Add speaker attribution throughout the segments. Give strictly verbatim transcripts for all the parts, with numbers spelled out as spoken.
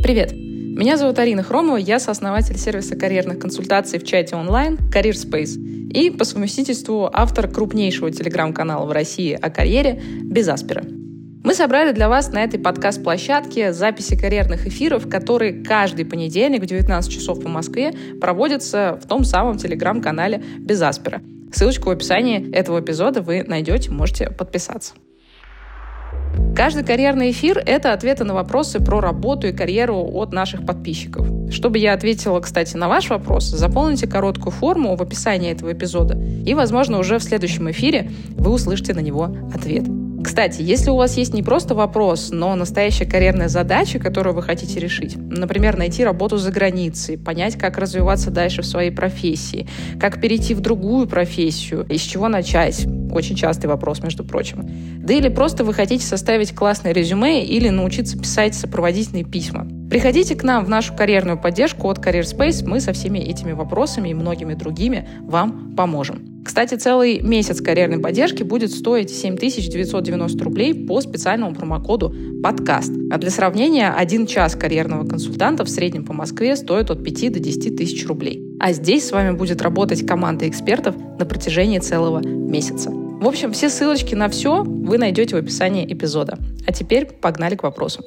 Speaker 1: Привет! Меня зовут Арина Хромова, я сооснователь сервиса карьерных консультаций в чате онлайн CareerSpace и по совместительству автор крупнейшего телеграм-канала в России о карьере «Без Аспера». Мы собрали для вас на этой подкаст-площадке записи карьерных эфиров, которые каждый понедельник в девятнадцать часов по Москве проводятся в том самом телеграм-канале «Без Аспера». Ссылочку в описании этого эпизода вы найдете, можете подписаться. Каждый карьерный эфир — это ответы на вопросы про работу и карьеру от наших подписчиков. Чтобы я ответила, кстати, на ваш вопрос, заполните короткую форму в описании этого эпизода, и, возможно, уже в следующем эфире вы услышите на него ответ. Кстати, если у вас есть не просто вопрос, но настоящая карьерная задача, которую вы хотите решить, например, найти работу за границей, понять, как развиваться дальше в своей профессии, как перейти в другую профессию, из чего начать, очень частый вопрос, между прочим, да или просто вы хотите составить классное резюме или научиться писать сопроводительные письма, приходите к нам в нашу карьерную поддержку от CareerSpace, мы со всеми этими вопросами и многими другими вам поможем. Кстати, целый месяц карьерной поддержки будет стоить семь тысяч девятьсот девяносто рублей по специальному промокоду «Подкаст». А для сравнения, один час карьерного консультанта в среднем по Москве стоит от пяти до десяти тысяч рублей. А здесь с вами будет работать команда экспертов на протяжении целого месяца. В общем, все ссылочки на все вы найдете в описании эпизода. А теперь погнали к вопросам.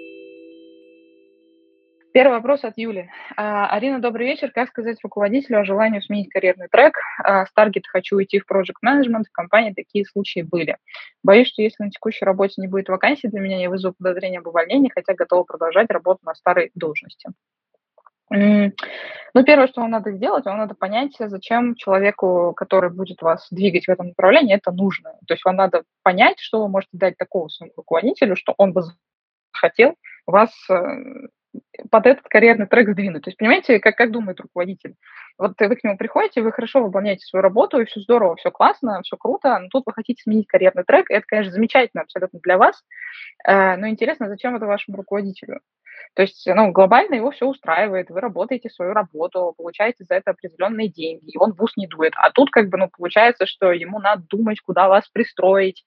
Speaker 2: Первый вопрос от Юли. Арина, добрый вечер. Как сказать руководителю о желании сменить карьерный трек? С таргета хочу уйти в project management. В компании такие случаи были. Боюсь, что если на текущей работе не будет вакансий для меня, я вызову подозрение об увольнении, хотя готова продолжать работу на старой должности. Ну, первое, что вам надо сделать, вам надо понять, зачем человеку, который будет вас двигать в этом направлении, это нужно. То есть вам надо понять, что вы можете дать такому своему руководителю, что он бы хотел вас под этот карьерный трек сдвинуть. То есть, понимаете, как, как думает руководитель? Вот вы к нему приходите, вы хорошо выполняете свою работу, и все здорово, все классно, все круто, но тут вы хотите сменить карьерный трек, и это, конечно, замечательно абсолютно для вас, но интересно, зачем это вашему руководителю? То есть, ну, глобально его все устраивает, вы работаете свою работу, получаете за это определенные деньги, и он в ус не дует. А тут как бы, ну, получается, что ему надо думать, куда вас пристроить,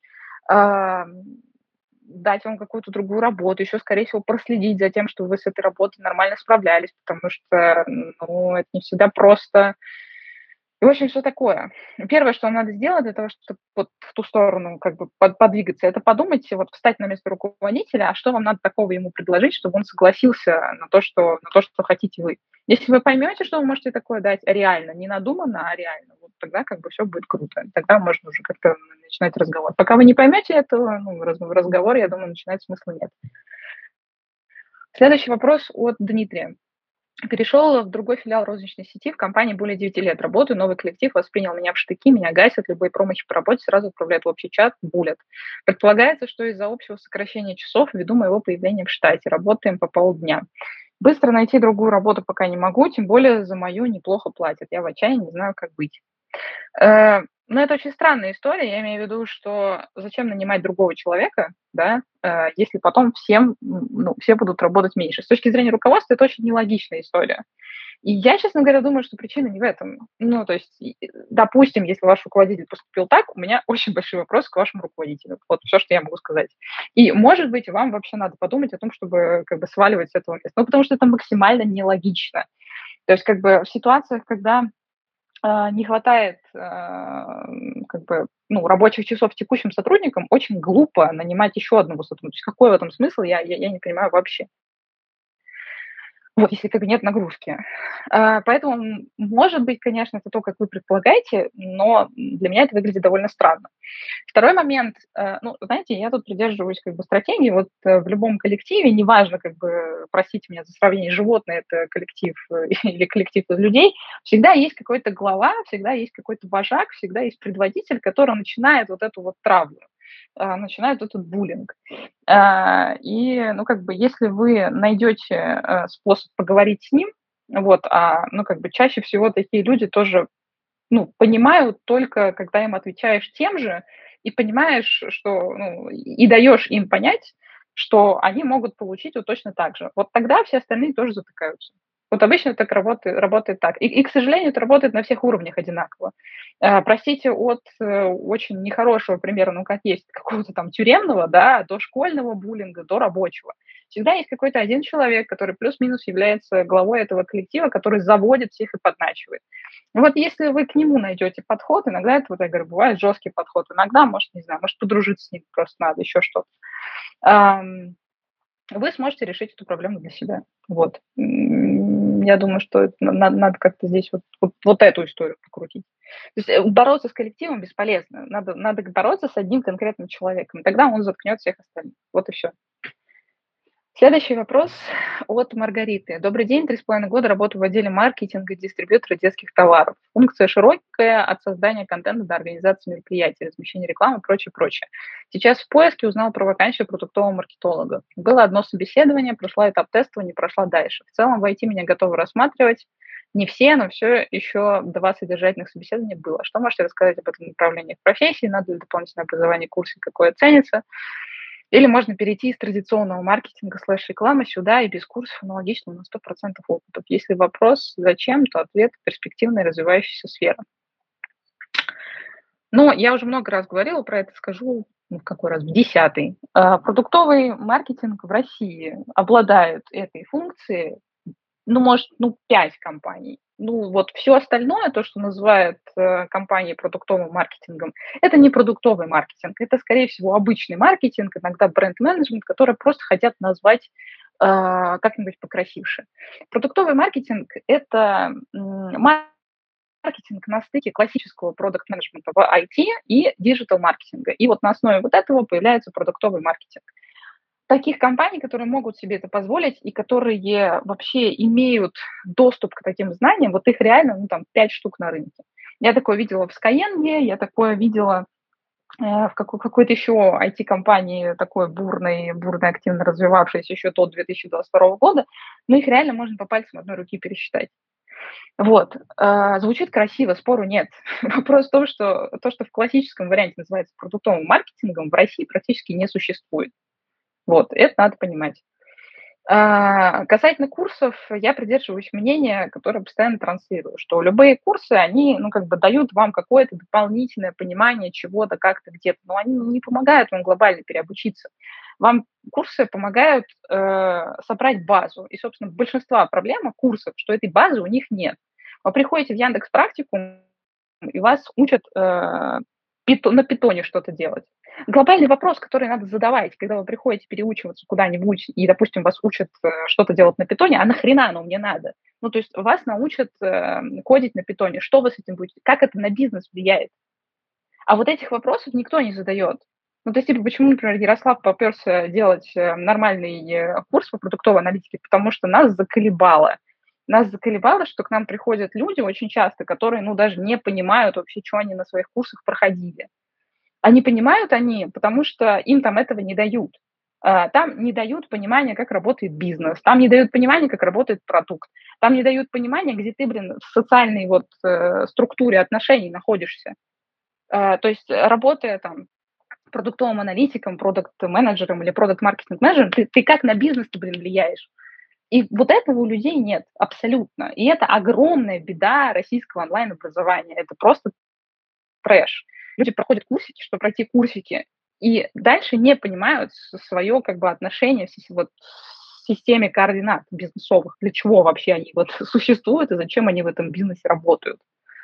Speaker 2: дать вам какую-то другую работу, еще, скорее всего, проследить за тем, чтобы вы с этой работой нормально справлялись, потому что, ну, это не всегда просто. И, в общем, все такое. Первое, что вам надо сделать для того, чтобы вот в ту сторону как бы под, подвигаться, это подумать, вот встать на место руководителя, а что вам надо такого ему предложить, чтобы он согласился на то, что, на то, что хотите вы. Если вы поймете, что вы можете такое дать реально, не надуманно, а реально, вот тогда как бы все будет круто. Тогда можно уже как-то начинать разговор. Пока вы не поймете этого, ну, разговор, я думаю, начинать смысла нет. Следующий вопрос от Дмитрия. Перешел в другой филиал розничной сети, в компании более девяти лет работаю, новый коллектив воспринял меня в штыки, меня гасят, любые промахи по работе сразу отправляют в общий чат, булят. Предполагается, что из-за общего сокращения часов ввиду моего появления в штате, работаем по полдня. Быстро найти другую работу пока не могу, тем более за мою неплохо платят. Я в отчаянии не знаю, как быть. Но это очень странная история. Я имею в виду, что зачем нанимать другого человека, да, если потом всем, ну, все будут работать меньше. С точки зрения руководства это очень нелогичная история. И я, честно говоря, думаю, что причина не в этом. Ну, то есть, допустим, если ваш руководитель поступил так, у меня очень большой вопрос к вашему руководителю. Вот все, что я могу сказать. И, может быть, вам вообще надо подумать о том, чтобы как бы сваливать с этого места. Ну, потому что это максимально нелогично. То есть, как бы в ситуациях, когда не хватает как бы, ну, рабочих часов текущим сотрудникам, очень глупо нанимать еще одного сотрудника. То есть какой в этом смысл, я, я, я не понимаю вообще. Вот, если как бы нет нагрузки. Поэтому, может быть, конечно, это то, как вы предполагаете, но для меня это выглядит довольно странно. Второй момент, ну, знаете, я тут придерживаюсь как бы стратегии, вот в любом коллективе, неважно, как бы, простите меня за сравнение, животное это коллектив или коллектив из людей, всегда есть какой-то глава, всегда есть какой-то вожак, всегда есть предводитель, который начинает вот эту вот травлю, начинает этот буллинг. И, ну, как бы, если вы найдете способ поговорить с ним, вот, а, ну, как бы, чаще всего такие люди тоже, ну, понимают только, когда им отвечаешь тем же, и понимаешь, что, ну, и даешь им понять, что они могут получить вот точно так же. Вот тогда все остальные тоже затыкаются. Вот обычно так работает, работает так. И, и, к сожалению, это работает на всех уровнях одинаково. Э, простите, от э, очень нехорошего примера, ну, как есть, какого-то там тюремного, да, до школьного буллинга, до рабочего. Всегда есть какой-то один человек, который плюс-минус является главой этого коллектива, который заводит всех и подначивает. Вот если вы к нему найдете подход, иногда это, вот я говорю, бывает жесткий подход, иногда, может, не знаю, может, подружиться с ним просто надо, еще что-то. Ам, вы сможете решить эту проблему для себя. Вот. М, Я думаю, что это на- надо, надо как-то здесь вот, вот, вот эту историю покрутить. То есть э, бороться с коллективом бесполезно. Надо, надо бороться с одним конкретным человеком. Тогда он заткнет всех остальных. Вот и все. Следующий вопрос от Маргариты. Добрый день, три с половиной года работаю в отделе маркетинга и дистрибьютора детских товаров. Функция широкая, от создания контента до организации мероприятий, размещения рекламы, прочее, прочее. Сейчас в поиске узнал про вакансию продуктового маркетолога. Было одно собеседование, прошла этап теста, не прошла дальше. В целом в ай ти меня готовы рассматривать. Не все, но все еще два содержательных собеседования было. Что можете рассказать об этом направлении в профессии? Надо ли дополнительное образование, курсы, какое ценится? Или можно перейти из традиционного маркетинга слэш-рекламы сюда и без курсов аналогично на сто процентов опыта. Если вопрос «зачем?», то ответ– перспективная развивающаяся сфера. Но я уже много раз говорила про это, скажу ну, в какой раз, в десятый. А, Продуктовый маркетинг в России обладает этой функцией, ну, может, ну, пять компаний. Ну, вот все остальное, то, что называют э, компании продуктовым маркетингом, это не продуктовый маркетинг, это, скорее всего, обычный маркетинг, иногда бренд-менеджмент, которые просто хотят назвать э, как-нибудь покрасивше. Продуктовый маркетинг– это м, маркетинг на стыке классического продукт-менеджмента в ай ти и диджитал-маркетинга. И вот на основе вот этого появляется продуктовый маркетинг. Таких компаний, которые могут себе это позволить и которые вообще имеют доступ к таким знаниям, вот их реально, ну, там, пять штук на рынке. Я такое видела в Skyeng, я такое видела э, в какой- какой-то еще ай ти-компании, такой бурной, бурной, активно развивавшейся еще до две тысячи двадцать второго года, но их реально можно по пальцам одной руки пересчитать. Вот. А, Звучит красиво, спору нет. Вопрос в том, что то, что в классическом варианте называется продуктовым маркетингом, в России практически не существует. Вот, это надо понимать. А, Касательно курсов, я придерживаюсь мнения, которое постоянно транслирую, что любые курсы, они, ну, как бы дают вам какое-то дополнительное понимание чего-то, как-то где-то, но они не помогают вам глобально переобучиться. Вам курсы помогают э, собрать базу. И, собственно, большинство проблем курсов, что этой базы у них нет. Вы приходите в Яндекс.Практику, и вас учат э, пито- на питоне что-то делать. Глобальный вопрос, который надо задавать, когда вы приходите переучиваться куда-нибудь, и, допустим, вас учат э, что-то делать на питоне, а нахрена оно мне надо? Ну, то есть вас научат э, кодить на питоне. Что вы с этим будете? Как это на бизнес влияет? А вот этих вопросов никто не задает. Ну, то есть, типа, почему, например, Ярослав поперся делать э, нормальный э, курс по продуктовой аналитике? Потому что нас заколебало. Нас заколебало, что к нам приходят люди очень часто, которые, ну, даже не понимают вообще, что они на своих курсах проходили. А не понимают они, потому что им там этого не дают. А, Там не дают понимания, как работает бизнес, там не дают понимания, как работает продукт, там не дают понимания, где ты, блин, в социальной вот э, структуре отношений находишься. А, То есть, э, работая там продуктовым аналитиком, продукт-менеджером или продукт-маркетинг-менеджером, ты, ты как на бизнес, ты, блин, влияешь. И вот этого у людей нет абсолютно. И это огромная беда российского онлайн-образования. Это просто трэш. Люди проходят курсики, чтобы пройти курсики, и дальше не понимают свое как бы отношение в си- вот, в системе координат бизнесовых, для чего вообще они вот существуют и зачем они в этом бизнесе работают.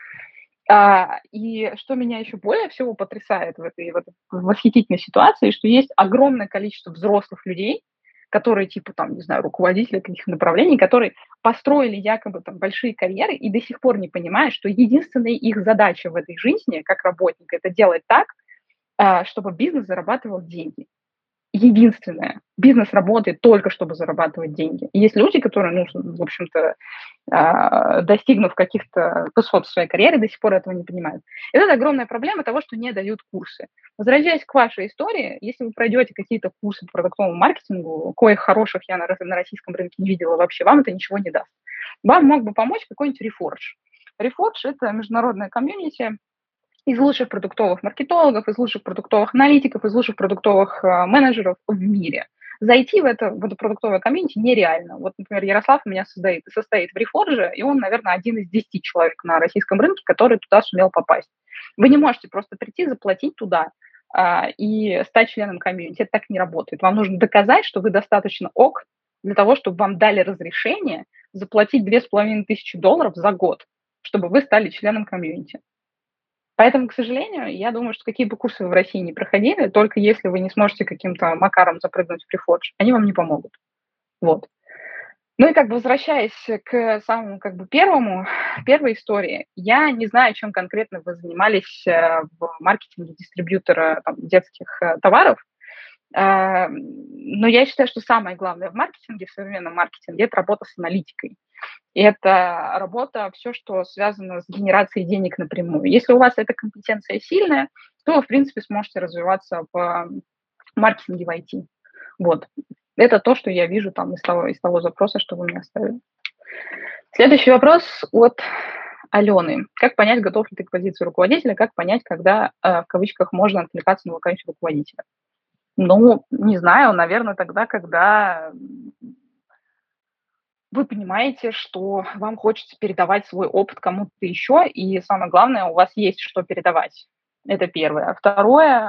Speaker 2: А, и что меня еще более всего потрясает в этой вот восхитительной ситуации, что есть огромное количество взрослых людей, которые типа там, не знаю, руководители каких-то направлений, которые построили якобы там большие карьеры и до сих пор не понимают, что единственная их задача в этой жизни, как работника, это делать так, а, чтобы бизнес зарабатывал деньги. Единственное. Бизнес работает только, чтобы зарабатывать деньги. И есть люди, которые, ну, в общем-то, а, достигнув каких-то высот в своей карьере, до сих пор этого не понимают. И это огромная проблема того, что не дают курсы. Возвращаясь к вашей истории, если вы пройдете какие-то курсы по продуктовому маркетингу, коих хороших я на, на российском рынке не видела вообще, вам это ничего не даст. Вам мог бы помочь какой-нибудь Reforge. Reforge– это международная комьюнити из лучших продуктовых маркетологов, из лучших продуктовых аналитиков, из лучших продуктовых э, менеджеров в мире. зайти в это, в это продуктовое комьюнити нереально. Вот, например, Ярослав у меня состоит, состоит в Reforge, и он, наверное, один из десяти человек на российском рынке, который туда сумел попасть. Вы не можете просто прийти, заплатить туда а, и стать членом комьюнити. Это так не работает. Вам нужно доказать, что вы достаточно ок для того, чтобы вам дали разрешение заплатить две с половиной тысячи долларов за год, чтобы вы стали членом комьюнити. Поэтому, к сожалению, я думаю, что какие бы курсы вы в России не проходили, только если вы не сможете каким-то макаром запрыгнуть в Reforge, они вам не помогут. Вот. Ну и как бы возвращаясь к самому как бы первому, первой истории, я не знаю, чем конкретно вы занимались в маркетинге дистрибьютора там, детских товаров, но я считаю, что самое главное в маркетинге, в современном маркетинге, это работа с аналитикой. И это работа, все, что связано с генерацией денег напрямую. Если у вас эта компетенция сильная, то вы, в принципе, сможете развиваться в маркетинге в ай ти. Вот. Это то, что я вижу там из того, из того запроса, что вы мне оставили. Следующий вопрос от Алены. Как понять, готов ли ты к позиции руководителя? Как понять, когда, в кавычках, можно отвлекаться на вакансию руководителя? Ну, не знаю, наверное, тогда, когда вы понимаете, что вам хочется передавать свой опыт кому-то еще, и самое главное, у вас есть что передавать. Это первое. Второе,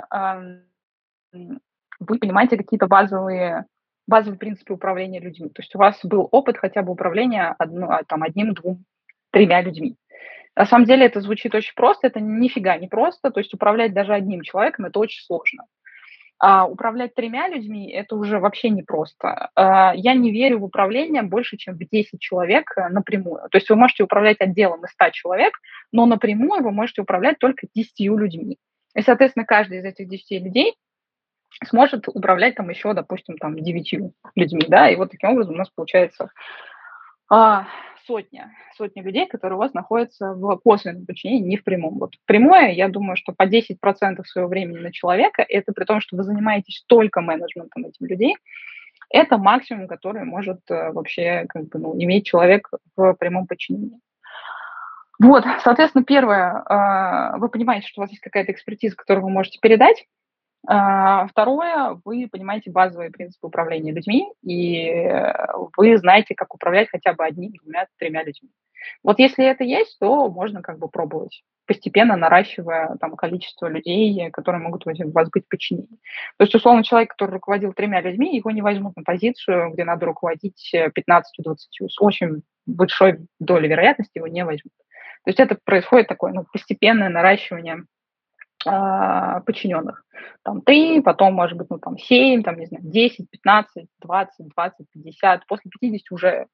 Speaker 2: вы понимаете какие-то базовые, базовые принципы управления людьми. То есть у вас был опыт хотя бы управления одно, там, одним, двум, тремя людьми. На самом деле это звучит очень просто, это нифига не просто. То есть управлять даже одним человеком – это очень сложно. А управлять тремя людьми – это уже вообще непросто. А, я не верю в управление больше, чем в десять человек напрямую. То есть вы можете управлять отделом из ста человек, но напрямую вы можете управлять только десятью людьми. И, соответственно, каждый из этих десяти людей сможет управлять там еще, допустим, там девятью людьми, да, и вот таким образом у нас получается а, сотня, сотня людей, которые у вас находятся в косвенном подчинении, не в прямом. Вот прямое, я думаю, что по десять процентов своего времени на человека, это при том, что вы занимаетесь только менеджментом этих людей, это максимум, который может вообще как бы, ну, иметь человек в прямом подчинении. Вот, соответственно, первое, вы понимаете, что у вас есть какая-то экспертиза, которую вы можете передать. Второе, вы понимаете базовые принципы управления людьми, и вы знаете, как управлять хотя бы одним, двумя, тремя людьми. Вот если это есть, то можно как бы пробовать, постепенно наращивая там количество людей, которые могут у вас быть в подчинении. То есть, условно, человек, который руководил тремя людьми, его не возьмут на позицию, где надо руководить пятнадцатью-двадцатью. С очень большой долей вероятности его не возьмут. То есть это происходит такое ну, постепенное наращивание подчиненных. Там три, потом, может быть, ну, там семь, там, не знаю, десять, пятнадцать, двадцать, двадцать, пятьдесят. После пятидесяти уже,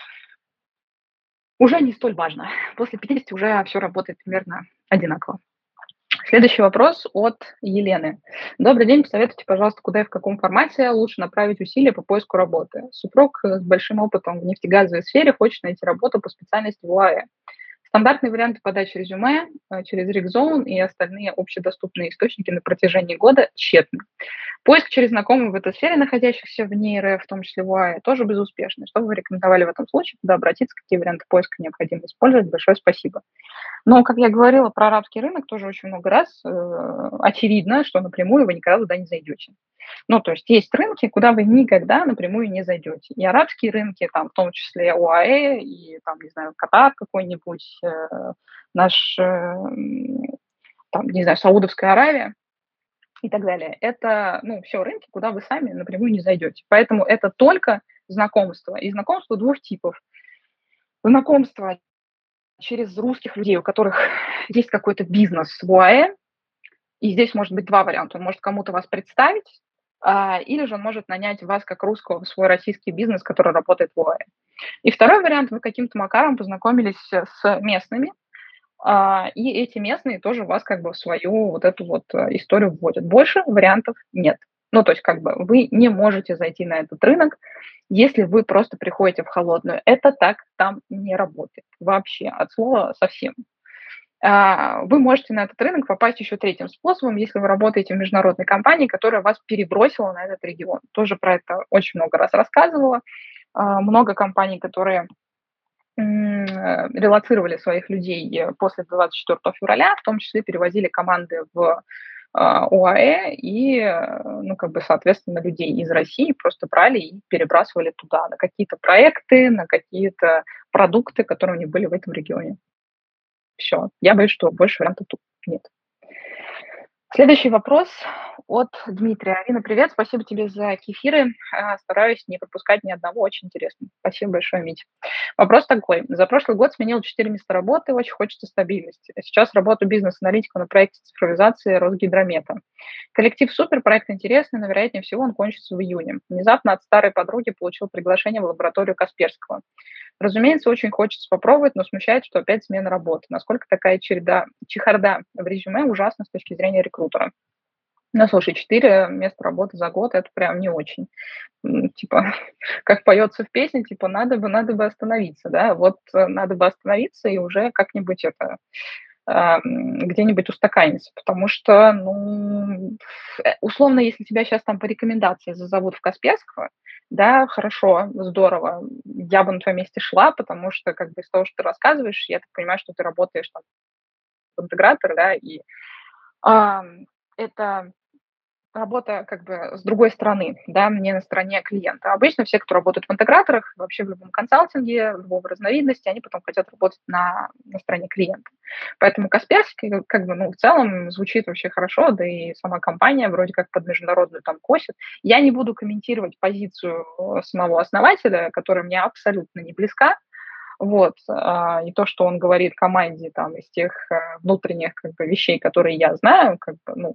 Speaker 2: уже не столь важно. После пятидесяти уже все работает примерно одинаково. Следующий вопрос от Елены. Добрый день, посоветуйте, пожалуйста, куда и в каком формате лучше направить усилия по поиску работы. Супруг с большим опытом в нефтегазовой сфере хочет найти работу по специальности в ОАЭ. Стандартные варианты подачи резюме через RigZone и остальные общедоступные источники на протяжении года тщетны. Поиск через знакомых в этой сфере, находящихся вне РФ, в том числе в ОАЭ, тоже безуспешный. Что бы вы рекомендовали в этом случае, куда обратиться, какие варианты поиска необходимо использовать? Большое спасибо. Но, как я говорила про арабский рынок тоже очень много раз, э, очевидно, что напрямую вы никогда туда не зайдете. Ну, то есть есть рынки, куда вы никогда напрямую не зайдете. И арабские рынки, там, в том числе ОАЭ, и, там, не знаю, Катар какой-нибудь, э, наш, э, там, не знаю, Саудовская Аравия и так далее. Это, ну, все рынки, куда вы сами напрямую не зайдете. Поэтому это только знакомство. И знакомство двух типов. Знакомство через русских людей, у которых есть какой-то бизнес в ОАЭ, и здесь может быть два варианта. Он может кому-то вас представить, а, или же он может нанять вас как русского в свой российский бизнес, который работает в ОАЭ. И второй вариант, вы каким-то макаром познакомились с местными, а, и эти местные тоже вас как бы в свою вот эту вот историю вводят. Больше вариантов нет. Ну, то есть как бы вы не можете зайти на этот рынок, если вы просто приходите в холодную. Это так там не работает вообще, от слова совсем. Вы можете на этот рынок попасть еще третьим способом, если вы работаете в международной компании, которая вас перебросила на этот регион. Тоже про это очень много раз рассказывала. Много компаний, которые релоцировали своих людей после двадцать четвёртого февраля, в том числе перевозили команды в ОАЭ и, э, ну, как бы, соответственно, людей из России просто брали и перебрасывали туда на какие-то проекты, на какие-то продукты, которые у них были в этом регионе. Все. Я боюсь, что больше вариантов тут нет. Следующий вопрос от Дмитрия. Арина, привет, спасибо тебе за кефиры. А, Стараюсь не пропускать ни одного, очень интересно. Спасибо большое, Мить. Вопрос такой. За прошлый год сменил четыре места работы, очень хочется стабильности. Сейчас работаю бизнес-аналитиком на проекте цифровизации Росгидромета. Коллектив супер, проект интересный, но, вероятнее всего, он кончится в июне. Внезапно от старой подруги получил приглашение в лабораторию Касперского. Разумеется, очень хочется попробовать, но смущает, что опять смена работы. Насколько такая череда, чехарда в резюме ужасна с точки зрения рекрутера? Ну, слушай, четыре места работы за год – это прям не очень. М, Типа, как поется в песне, типа, надо бы, надо бы остановиться, да, вот э, надо бы остановиться и уже как-нибудь это ам, где-нибудь устаканиться, потому что, ну, э, условно, если тебя сейчас там по рекомендации зазовут в Касперского, да, хорошо, здорово, я бы на твоем месте шла, потому что, как бы, из того, что ты рассказываешь, я так понимаю, что ты работаешь там в интегратор, да, и ам, это работа как бы с другой стороны, да, не на стороне клиента. Обычно все, кто работает в интеграторах, вообще в любом консалтинге, в любой разновидности, они потом хотят работать на, на стороне клиента. Поэтому Касперский, как как бы, ну, в целом звучит вообще хорошо, да и сама компания вроде как под международную там косит. Я не буду комментировать позицию э, самого основателя, которая мне абсолютно не близка, вот, а, и то, что он говорит команде там из тех э, внутренних как бы вещей, которые я знаю, как бы, ну,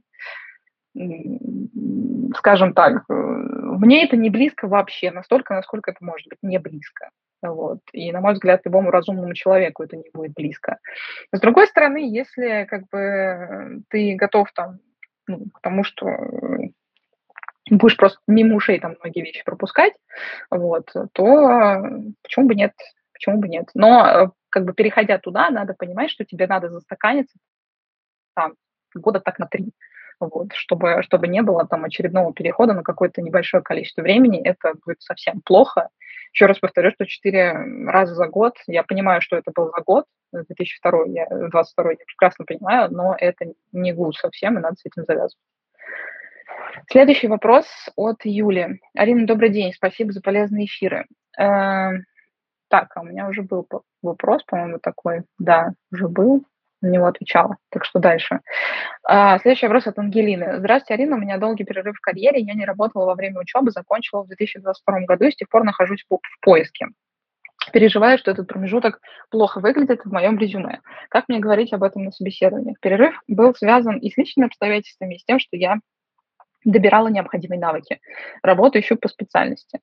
Speaker 2: м, скажем так, э, мне это не близко вообще, настолько, насколько это может быть не близко. Вот. И, на мой взгляд, любому разумному человеку это не будет близко. С другой стороны, если как бы э, ты готов там, ну, к тому, что э, будешь просто мимо ушей там многие вещи пропускать, вот, то э, почему бы нет? Почему бы нет? Но э, как бы переходя туда, надо понимать, что тебе надо застаканиться там года так на три, вот, чтобы чтобы не было там очередного перехода на какое-то небольшое количество времени. Это будет совсем плохо. Еще раз повторю, что четыре раза за год, я понимаю, что это был за год, э, две тысячи второй, я двадцать второй, я прекрасно понимаю, но это не гуд совсем, и надо с этим завязывать. Следующий вопрос от Юли. Арина, добрый день, спасибо за полезные эфиры. Э, так, а у меня уже был по- вопрос, по-моему, такой. Да, уже был, на него отвечала. Так что дальше. А, следующий вопрос от Ангелины. Здравствуйте, Арина. У меня долгий перерыв в карьере. Я не работала во время учебы, закончила в две тысячи двадцать втором году и с тех пор нахожусь в, в поиске. Переживаю, что этот промежуток плохо выглядит в моем резюме. Как мне говорить об этом на собеседованиях? Перерыв был связан и с личными обстоятельствами, и с тем, что я добирала необходимые навыки. Работаю еще по специальности.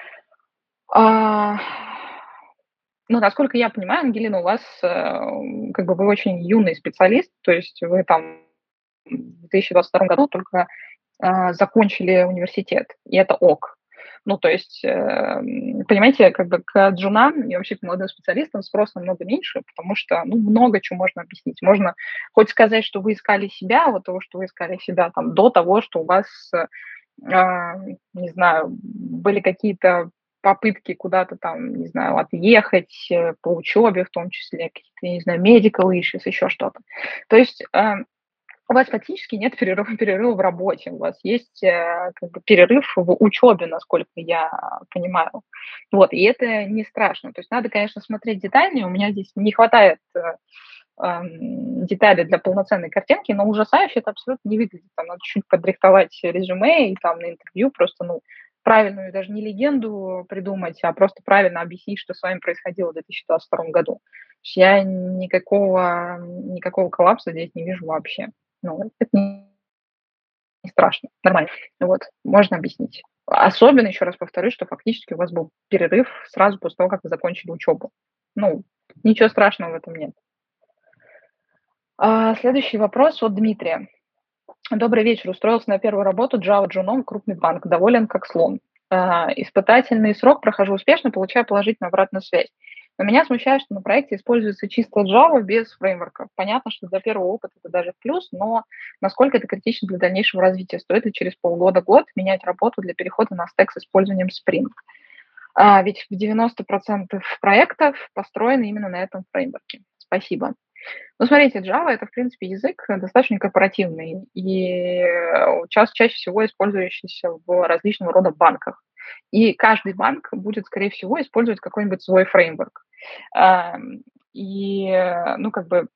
Speaker 2: А, ну, насколько я понимаю, Ангелина, у вас э, как бы вы очень юный специалист, то есть вы там в две тысячи двадцать втором году только а, закончили университет, и это ок. Ну, то есть, э, м, понимаете, как бы к джунам и вообще к молодым специалистам спрос намного меньше, потому что, ну, много чего можно объяснить. Можно хоть сказать, что вы искали себя, вот того, что вы искали себя там до того, что у вас, э, а, не знаю, были какие-то попытки куда-то там, не знаю, отъехать э, по учебе, в том числе какие-то, я не знаю, medical issues, еще что-то. То есть э, у вас фактически нет перерыва, перерыва в работе, у вас есть э, как бы перерыв в учебе, насколько я понимаю. Вот, и это не страшно. То есть надо, конечно, смотреть детальнее. У меня здесь не хватает э, эм, деталей для полноценной картинки, но ужасающе это абсолютно не выглядит. Там надо чуть подрихтовать резюме и там на интервью просто, ну, правильную даже не легенду придумать, а просто правильно объяснить, что с вами происходило в две тысячи двадцать втором году. То есть я никакого, никакого коллапса здесь не вижу вообще. Ну, это не не страшно, нормально. Вот, можно объяснить. Особенно, еще раз повторюсь, что фактически у вас был перерыв сразу после того, как вы закончили учебу. Ну, ничего страшного в этом нет. А, следующий вопрос от Дмитрия. Добрый вечер. Устроился на первую работу Java джуном, крупный банк. Доволен как слон. А, испытательный срок прохожу успешно, получаю положительную обратную связь. Но меня смущает, что на проекте используется чисто Java без фреймворков. Понятно, что для первого опыта это даже в плюс, но насколько это критично для дальнейшего развития? Стоит ли через полгода-год менять работу для перехода на стек с использованием Spring? А, ведь в девяносто процентов проектов построены именно на этом фреймворке. Спасибо. Ну, смотрите, Java- это, в принципе, язык достаточно корпоративный и час чаще всего использующийся в различного рода банках. И каждый банк будет, скорее всего, использовать какой-нибудь свой фреймворк. Ам, и, ну, как бы,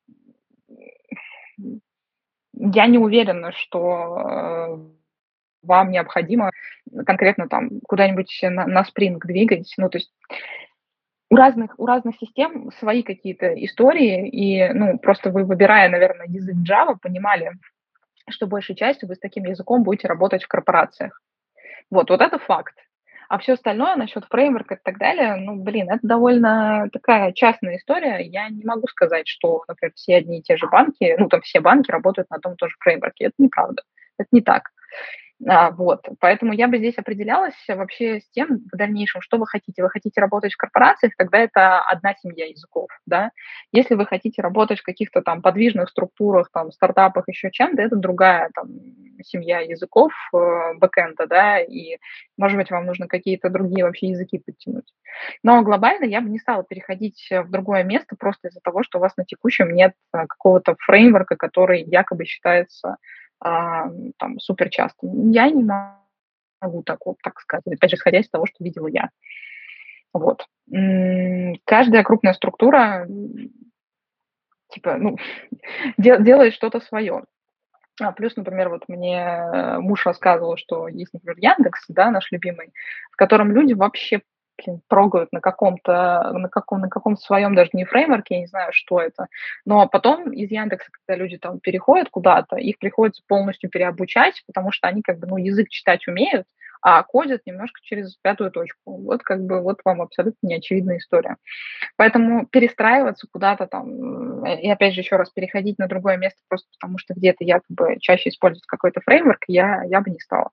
Speaker 2: я не уверена, что, э, вам необходимо конкретно там куда-нибудь на на Spring двигать. Ну, то есть у разных у разных систем свои какие-то истории, и, ну, просто вы, выбирая, наверное, язык Java, понимали, что большей частью вы с таким языком будете работать в корпорациях. Вот, вот это факт. А все остальное насчет фреймворка и так далее, ну, блин, это довольно такая частная история. Я не могу сказать, что, например, все одни и те же банки, ну, там все банки работают на одном и том же фреймворке. Это неправда. Это не так. А, вот, поэтому я бы здесь определялась вообще с тем в дальнейшем, что вы хотите. Вы хотите работать в корпорациях, тогда это одна семья языков, да. Если вы хотите работать в каких-то там подвижных структурах, там, стартапах, еще чем-то, это другая там семья языков э, бэкэнда, да, и, может быть, вам нужно какие-то другие вообще языки подтянуть. Но глобально я бы не стала переходить в другое место просто из-за того, что у вас на текущем нет а, какого-то фреймворка, который якобы считается а, там супер часто. Я не могу так вот так сказать, опять же, исходя из того, что видела я. Вот. М, каждая крупная структура, м, типа, ну, де делает что-то свое. А, плюс, например, вот мне, э, муж рассказывал, что есть, например, "Яндекс", да, наш любимый, в котором люди вообще, блин, трогают на каком-то на каком на каком-то своем даже не фреймворке, я не знаю, что это. Но потом из "Яндекса", когда люди там переходят куда-то, их приходится полностью переобучать, потому что они как бы, ну, язык читать умеют, а кодят немножко через пятую точку. Вот как бы вот вам абсолютно неочевидная история. Поэтому перестраиваться куда-то там, э, и опять же еще раз переходить на другое место просто потому, что где-то якобы чаще используют какой-то фреймворк, я я бы не стала.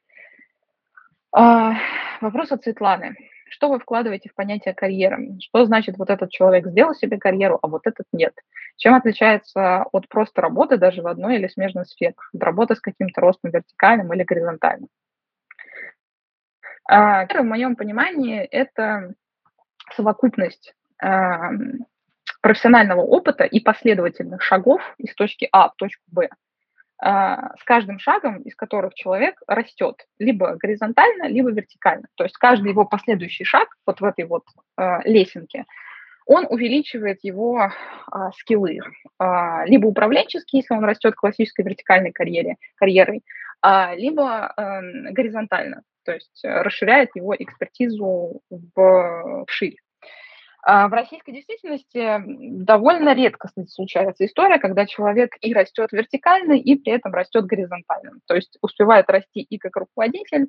Speaker 2: А, вопрос от Светланы. Что вы вкладываете в понятие карьера? Что значит вот этот человек сделал себе карьеру, а вот этот нет? Чем отличается от просто работы даже в одной или смежной сферах? От работы с каким-то ростом вертикальным или горизонтальным? А, карьера, в моем понимании, это совокупность ам, профессионального опыта и последовательных шагов из точки А в точку Б, а, с каждым шагом из которых человек растет либо горизонтально, либо вертикально. То есть каждый его последующий шаг вот в этой вот а, лесенке, он увеличивает его а, скиллы, а, либо управленческие, если он растет в классической вертикальной карьере, карьерой, а, либо эм, горизонтально, то есть э, расширяет его экспертизу в, вширь. А в российской действительности м, довольно редко с- случается история, когда человек и растет вертикально, и при этом растет горизонтально. То есть успевает расти и как руководитель,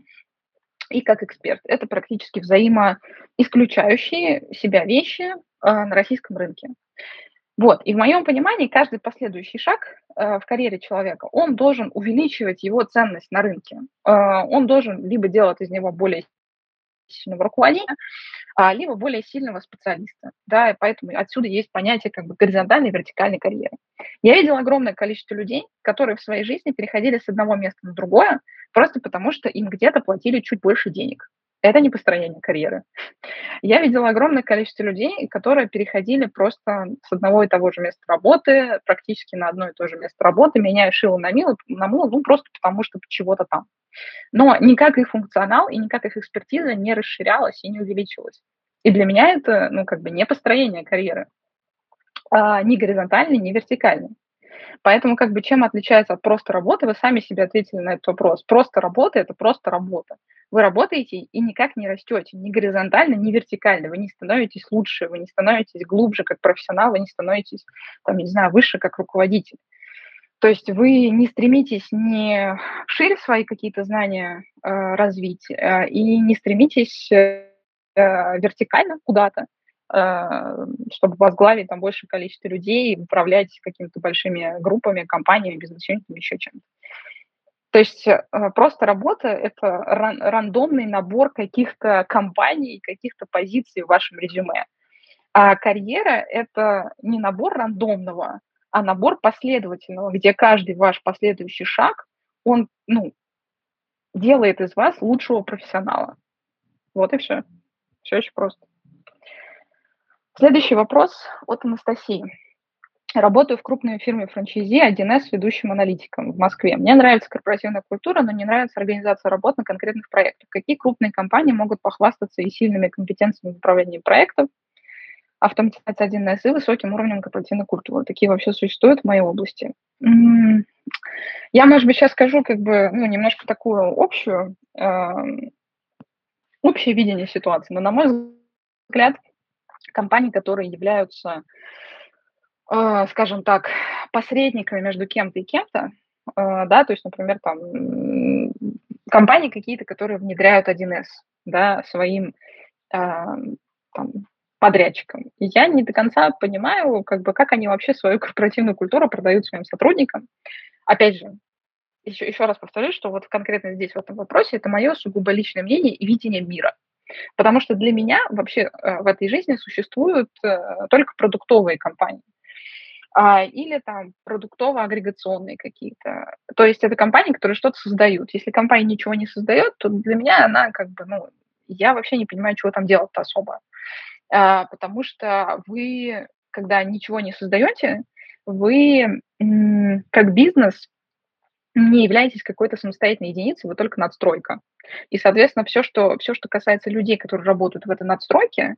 Speaker 2: и как эксперт. Это практически взаимоисключающие себя вещи а, на российском рынке. Вот. И в моем понимании каждый последующий шаг э, в карьере человека, он должен увеличивать его ценность на рынке. Э, он должен либо делать из него более сильного руководителя, а, либо более сильного специалиста. Да, и поэтому отсюда есть понятие как бы горизонтальной и вертикальной карьеры. Я видела огромное количество людей, которые в своей жизни переходили с одного места на другое просто потому, что им где-то платили чуть больше денег. Это не построение карьеры. Я видела огромное количество людей, которые переходили просто с одного и того же места работы практически на одно и то же место работы, меняя шило на мило, на мыло, ну, просто потому что чего-то там. Но никак их функционал и никак их экспертиза не расширялась и не увеличилась. И для меня это, ну, как бы не построение карьеры, а, ни горизонтальной, ни вертикальной. Поэтому как бы чем отличается от просто работы, вы сами себе ответили на этот вопрос. Просто работа- это просто работа. Вы работаете и никак не растете ни горизонтально, ни вертикально. Вы не становитесь лучше, вы не становитесь глубже как профессионал, вы не становитесь, там, не знаю, выше как руководитель. То есть вы не стремитесь не шире свои какие-то знания э, развить э, и не стремитесь э, вертикально куда-то, э, чтобы возглавить там большее количество людей, управлять какими-то большими группами, компаниями, бизнес-юнитами, еще чем-то. То есть э, просто работа– это ран- рандомный набор каких-то компаний, каких-то позиций в вашем резюме. А карьера– это не набор рандомного, а набор последовательного, где каждый ваш последующий шаг, он, ну, делает из вас лучшего профессионала. Вот и все. Все очень просто. Следующий вопрос от Анастасии. Работаю в крупной фирме франчайзи один эс ведущим аналитиком в Москве. Мне нравится корпоративная культура, но не нравится организация работ на конкретных проектах. Какие крупные компании могут похвастаться и сильными компетенциями в управлении проектов, автоматизация один эс и высоким уровнем корпоративной культуры? Такие вообще существуют в моей области. М, Я, может быть, сейчас скажу как бы, ну, немножко такую общую, эм, общее видение ситуации. Но, на мой взгляд, компании, которые являются, э, скажем так, посредниками между кем-то и кем-то, э, да, то есть, например, там м, компании какие-то, которые внедряют один эс, да, своим а, там, подрядчикам. И я не до конца понимаю, как бы, как они вообще свою корпоративную культуру продают своим сотрудникам. Опять же, еще, еще раз повторюсь, что вот конкретно здесь, в этом вопросе, это мое сугубо личное мнение и видение мира. Потому что для меня вообще э, в этой жизни существуют э, только продуктовые компании а, или там продуктово-агрегационные какие-то. То есть это компании, которые что-то создают. Если компания ничего не создает, то для меня она как бы, ну, я вообще не понимаю, чего там делать-то особо. А, потому что вы, когда ничего не создаете, вы м, как бизнес не являетесь какой-то самостоятельной единицей, вы только надстройка. И, соответственно, все, что, все, что касается людей, которые работают в этой надстройке,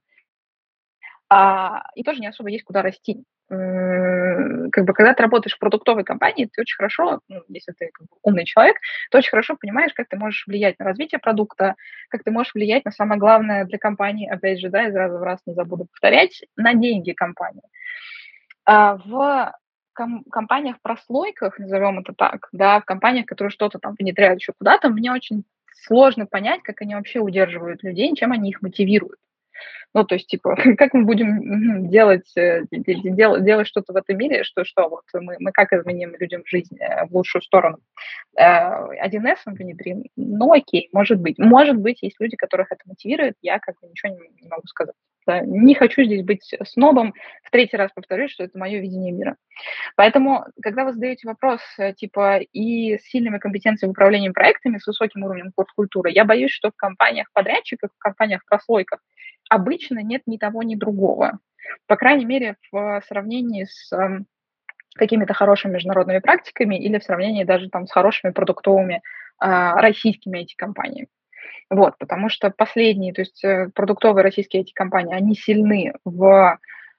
Speaker 2: а, и тоже не особо есть куда расти. М, Как бы, когда ты работаешь в продуктовой компании, ты очень хорошо, ну, если ты как бы умный человек, ты очень хорошо понимаешь, как ты можешь влиять на развитие продукта, как ты можешь влиять на самое главное для компании, опять же, да, из раза в раз не забуду повторять, на деньги компании. А в ком- компаниях-прослойках, назовем это так, да, в компаниях, которые что-то там внедряют еще куда-то, мне очень сложно понять, как они вообще удерживают людей, чем они их мотивируют. Ну, то есть, типа, как мы будем мгм, делать, э, де- де- дел- делать что-то в этом мире, что, что вот мы, мы как изменим людям жизнь э, в лучшую сторону. Э, один эс мы внедрим, ну, окей, может быть. Может быть, есть люди, которых это мотивирует, я как бы ничего не, не могу сказать. Да, не хочу здесь быть снобом. В третий раз повторюсь, что это мое видение мира. Поэтому, когда вы задаете вопрос, э, типа, и с сильными компетенциями в управлении проектами, с высоким уровнем культуры, я боюсь, что в компаниях-подрядчиках, в компаниях-прослойках обычно нет ни того, ни другого. По крайней мере, в сравнении с эм, какими-то хорошими международными практиками или в сравнении даже там с хорошими продуктовыми а, российскими ай ти-компаниями. Вот, потому что последние, то есть э, продуктовые российские ай ти-компании, они сильны в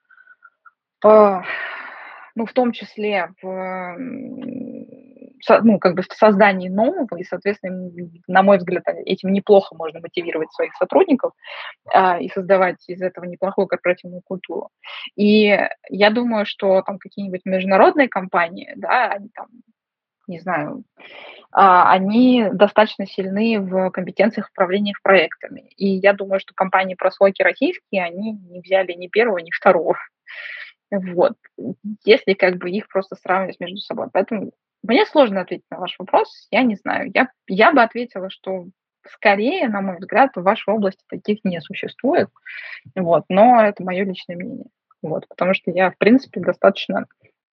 Speaker 2: а, ну, в том числе в, м, со ну, как бы в создании нового, и, соответственно, м, на мой взгляд, э, этим неплохо можно мотивировать своих сотрудников, а, и создавать из этого неплохую корпоративную культуру. И я думаю, что там какие-нибудь международные компании, да, они там, не знаю, а, они достаточно сильны в компетенциях управления их проектами. И я думаю, что компании-прослойки российские, они не взяли ни первого, ни второго. Вот. Если как бы их просто сравнивать между собой. Поэтому мне сложно ответить на ваш вопрос. Я не знаю. Я, я бы ответила, что скорее, на мой взгляд, в вашей области таких не существует. Вот. Но это мое личное мнение. Вот. Потому что я, в принципе, достаточно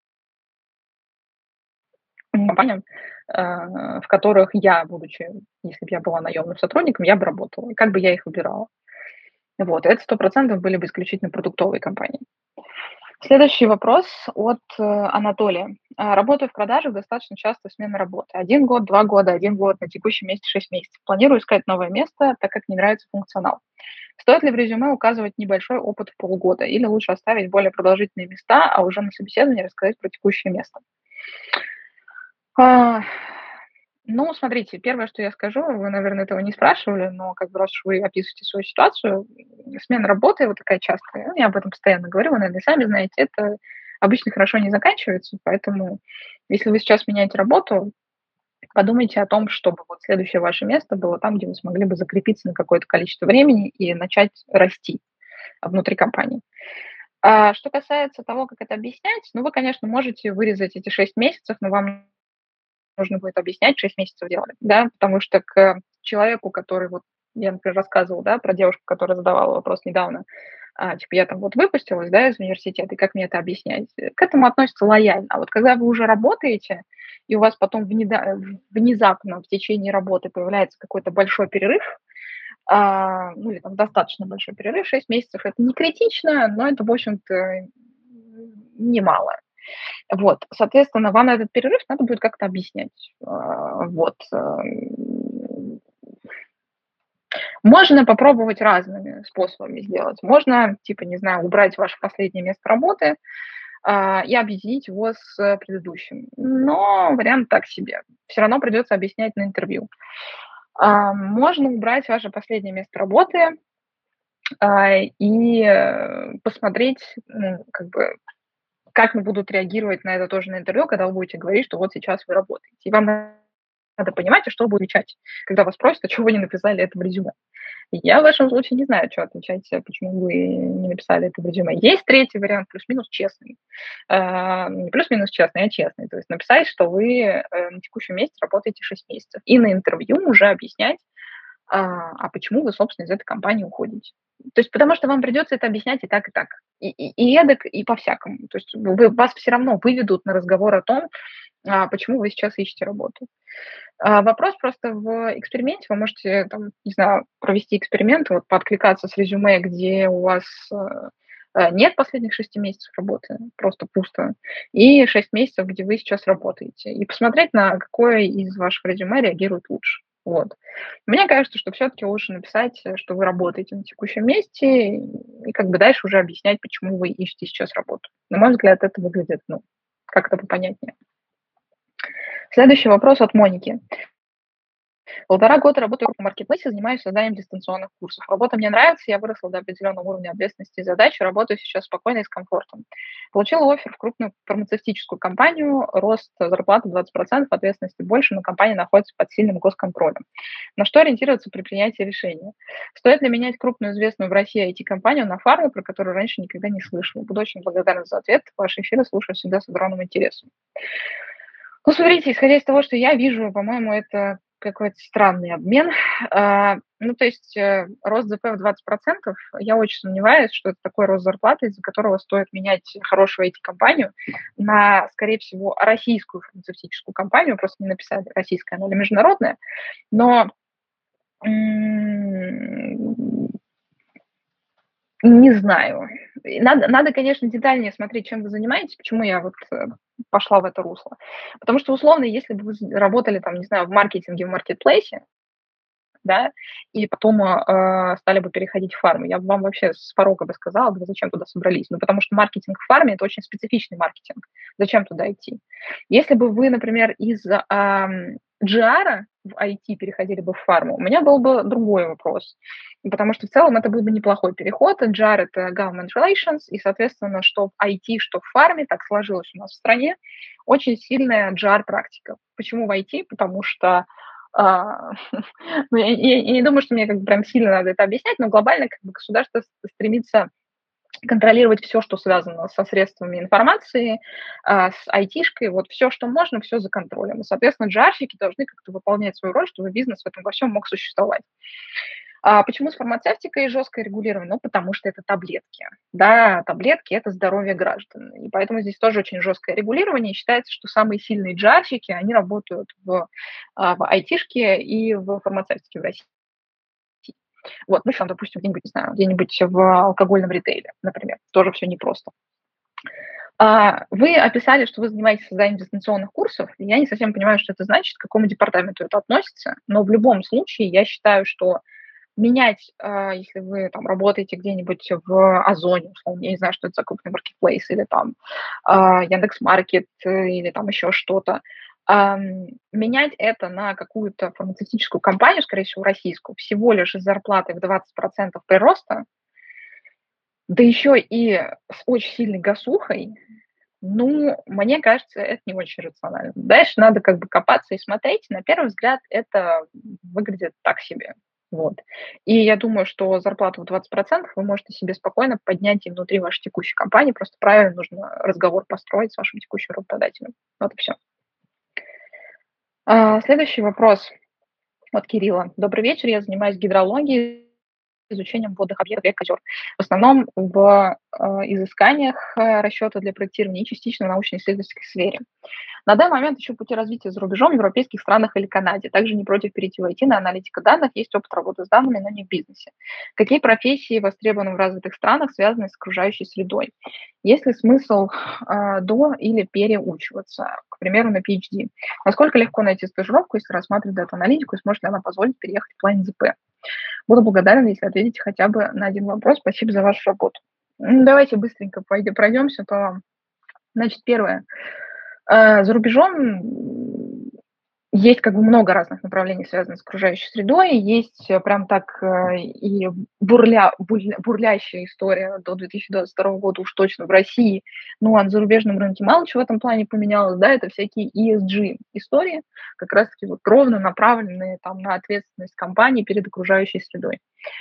Speaker 2: компаниям, э, в которых я, будучи, если бы я была наемным сотрудником, я бы работала. И как бы я их выбирала. Вот. Это сто процентов были бы исключительно продуктовые компании. Следующий вопрос от э, Анатолия. А, Работаю в продажах, достаточно часто смена работы. Один год, два года, один год, на текущем месте шесть месяцев. Планирую искать новое место, так как не нравится функционал. Стоит ли в резюме указывать небольшой опыт в полгода или лучше оставить более продолжительные места, а уже на собеседовании рассказать про текущее место? А, Ну, смотрите, первое, что я скажу, вы, наверное, этого не спрашивали, но как бы раз уж вы описываете свою ситуацию, м, смена работы вот такая частая, ну, я об этом постоянно говорю, вы, наверное, сами знаете, это обычно хорошо не заканчивается, поэтому если вы сейчас меняете работу, подумайте о том, чтобы вот следующее ваше место было там, где вы смогли бы закрепиться на какое-то количество времени и начать расти внутри компании. А что касается того, как это объяснять, ну, вы, конечно, можете вырезать эти шесть месяцев, но вам нужно будет объяснять, шесть месяцев делали, да, потому что к человеку, который вот, я, например, рассказывала, да, про девушку, которая задавала вопрос недавно, а, типа, я там вот выпустилась, да, из университета, и как мне это объяснять? Э, К этому относятся лояльно. А вот когда вы уже работаете, и у вас потом внеда- внезапно в течение работы появляется какой-то большой перерыв, а, ну или там достаточно большой перерыв, шесть месяцев, это не критично, но это, в общем-то, немало. Вот, соответственно, вам на этот перерыв надо будет как-то объяснять. А, вот. эм. Можно попробовать разными способами сделать. Можно, типа, не знаю, убрать ваше последнее место работы, а, и объединить его с предыдущим. Но вариант так себе. Всё равно придется объяснять на интервью. А, можно убрать ваше последнее место работы, а, и, э, посмотреть, ну, как бы, как будут реагировать на это тоже на интервью, когда вы будете говорить, что вот сейчас вы работаете. И вам надо понимать, а что вы будете отвечать, когда вас спросят: "А чё вы не написали это в резюме?" Я в вашем случае не знаю, чё отвечать, почему вы не написали это в резюме. Есть третий вариант, плюс-минус честный. А, не плюс-минус честный, а честный. То есть написать, что вы, э, на текущем месте работаете шесть месяцев. И на интервью уже объяснять, а, а почему вы, собственно, из этой компании уходите. То есть потому что вам придется это объяснять и так, и так. И и и эдак, и по-всякому. То есть вы вас всё равно выведут на разговор о том, а, почему вы сейчас ищете работу. А, вопрос просто в эксперименте. Вы можете, там, не знаю, провести эксперимент, вот пооткликаться с резюме, где у вас, э, нет последних шести месяцев работы, просто пусто, и шесть месяцев, где вы сейчас работаете, и посмотреть, на какое из ваших резюме реагируют лучше. Вот. Мне кажется, что всё-таки лучше написать, что вы работаете на текущем месте, и как бы дальше уже объяснять, почему вы ищете сейчас работу. На мой взгляд, это выглядит, ну, как-то попонятнее. Следующий вопрос от Моники. Полтора года работаю в маркетплейсе, занимаюсь созданием дистанционных курсов. Работа мне нравится, я выросла до определенного уровня ответственности и задач, и работаю сейчас спокойно и с комфортом. Получила оффер в крупную фармацевтическую компанию, рост зарплаты двадцать процентов, ответственности больше, но компания находится под сильным госконтролем. На что ориентироваться при принятии решения? Стоит ли менять крупную известную в России ай ти-компанию на фарму, про которую раньше никогда не слышала? Буду очень благодарна за ответ. Ваши эфиры слушаю всегда с огромным интересом. Ну, смотрите, исходя из того, что я вижу, по-моему, это какой-то странный обмен. А, ну, то есть, э, рост зэ пэ в двадцать процентов, я очень сомневаюсь, что это такой рост зарплаты, из-за которого стоит менять хорошую ай ти-компанию на, скорее всего, российскую фармацевтическую компанию. Просто не написали, российская она или международная. Но, м, не знаю. Надо надо, конечно, детальнее смотреть, чем вы занимаетесь, почему я вот, э, пошла в это русло. Потому что, условно, если бы вы з работали, там, не знаю, в маркетинге, в маркетплейсе, да, и потом, а, стали бы переходить в фарму, я бы вам вообще с порога бы сказала: "Да вы зачем туда собрались?" Ну, потому что маркетинг в фарме- это очень специфичный маркетинг. Зачем туда идти? Если бы вы, например, из, ам, джи ара в ай ти переходили бы в фарму, у меня был бы другой вопрос. Потому что в целом это был бы неплохой переход. джи ар- это Government Relations, и, соответственно, что в ай ти, что в фарме, так сложилось у нас в стране, очень сильная джи ар-практика. Почему в ай ти? Потому что, а, ну, я я я не думаю, что мне как бы прям сильно надо это объяснять, но глобально как бы государство с стремится контролировать всё, что связано со средствами информации, а, с айтишкой. Вот всё, что можно, всё за контролем. И, соответственно, джи арщики должны как-то выполнять свою роль, чтобы бизнес в этом во всём мог существовать. А почему с фармацевтикой жёсткое регулирование? Ну, потому что это таблетки. Да, таблетки- это здоровье граждан. И поэтому здесь тоже очень жёсткое регулирование. И считается, что самые сильные джи арщики, они работают в, а, в айтишке и в фармацевтике в России. Вот, ну, ещё, допустим, где-нибудь, не знаю, где-нибудь в алкогольном ритейле, например. Тоже всё непросто. А, вы описали, что вы занимаетесь созданием дистанционных курсов. Я не совсем понимаю, что это значит, к какому департаменту это относится. Но в любом случае я считаю, что менять, а, если вы там работаете где-нибудь в Озоне, условно, я не знаю, что это за крупный маркетплейс, или там, а, Яндекс.Маркет, или там ещё что-то, ам, менять это на какую-то фармацевтическую компанию, скорее всего, российскую, всего лишь с зарплатой в двадцать процентов прироста да ещё и с очень сильной гасухой, ну, мне кажется, это не очень рационально. Дальше надо как бы копаться и смотреть. На первый взгляд это выглядит так себе. Вот. И я думаю, что зарплату в двадцать процентов вы можете себе спокойно поднять и внутри вашей текущей компании. Просто правильно нужно разговор построить с вашим текущим работодателем. Вот и всё. А, следующий вопрос от Кирилла. Добрый вечер, я занимаюсь гидрологией. изучением водных объектов рек, озер. В основном в э, изысканиях э, расчета для проектирования и частично в научно-исследовательской сфере. На данный момент еще пути развития за рубежом, в европейских странах или Канаде. Также не против перейти в ай ти на аналитика данных, есть опыт работы с данными, но не в бизнесе. Какие профессии востребованы в развитых странах, связанные с окружающей средой? Есть ли смысл э, до или переучиваться, к примеру, на пи эйч ди? Насколько легко найти стажировку, если рассматривать дата-аналитику, и сможет ли она позволить переехать в плане зэ пэ? Буду благодарна, если ответите хотя бы на один вопрос. Спасибо за вашу работу. Давайте быстренько пойдем, пройдемся по... Значит, первое. За рубежом есть как бы много разных направлений, связанных с окружающей средой. Есть прям так и бурля, бурля, бурлящая история до две тысячи двадцать второго года уж точно в России. Ну, а на зарубежном рынке мало чего в этом плане поменялось. Да, это всякие и эс джи истории, как раз-таки вот ровно направленные там, на ответственность компании перед окружающей средой.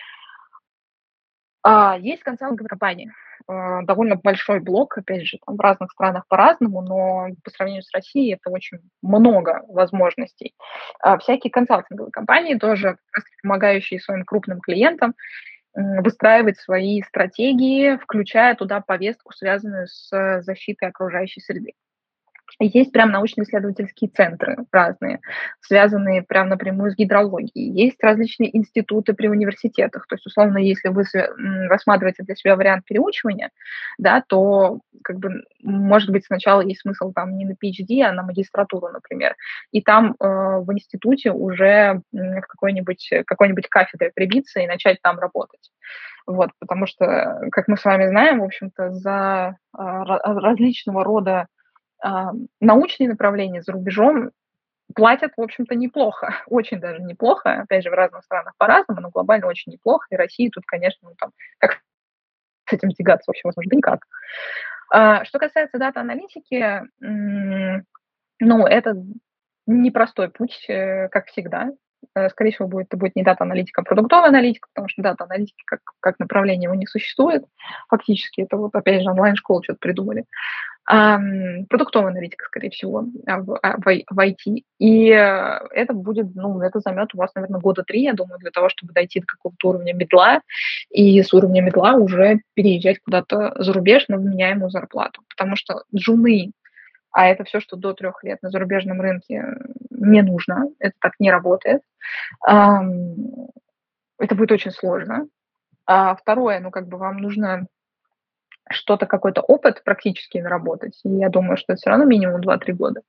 Speaker 2: А есть консалтинговые компании. Э, довольно большой блок, опять же, там в разных странах по-разному, но по сравнению с Россией это очень много возможностей. А всякие консалтинговые компании тоже как раз помогающие своим крупным клиентам м, выстраивать свои стратегии, включая туда повестку, связанную с э, защитой окружающей среды. Есть прям научно-исследовательские центры разные, связанные прям напрямую с гидрологией. Есть различные институты при университетах. То есть, условно, если вы рассматриваете для себя вариант переучивания, да, то как бы, может быть, сначала есть смысл там не на пи эйч ди, а на магистратуру, например. И там э, в институте уже в какой-нибудь, какой-нибудь кафедре прибиться и начать там работать. Вот, потому что, как мы с вами знаем, в общем-то, за э, различного рода научные направления за рубежом платят, в общем-то, неплохо, очень даже неплохо. Опять же, в разных странах по-разному, но глобально очень неплохо. И России тут, конечно, ну, там, как с этим тягаться вообще возможно, да никак. А, что касается дата-аналитики, ну, это непростой путь, как всегда. Скорее всего, будет, это будет не дата-аналитика, а продуктовая аналитика, потому что дата-аналитики как, как направление его не существует. Фактически это вот, опять же, онлайн-школы что-то придумали. Um, продуктовая аналитика, скорее всего, в, в, в ай ти. И это будет, ну, это займет у вас, наверное, года три, я думаю, для того, чтобы дойти до какого-то уровня медла, и с уровня медла уже переезжать куда-то за рубеж на вменяемую зарплату. Потому что джуны, а это все, что до трех лет на зарубежном рынке, не нужно, это так не работает. Um, это будет очень сложно. А второе, ну, как бы вам нужно что-то, какой-то опыт практически наработать. И я думаю, что это все равно минимум два-три года.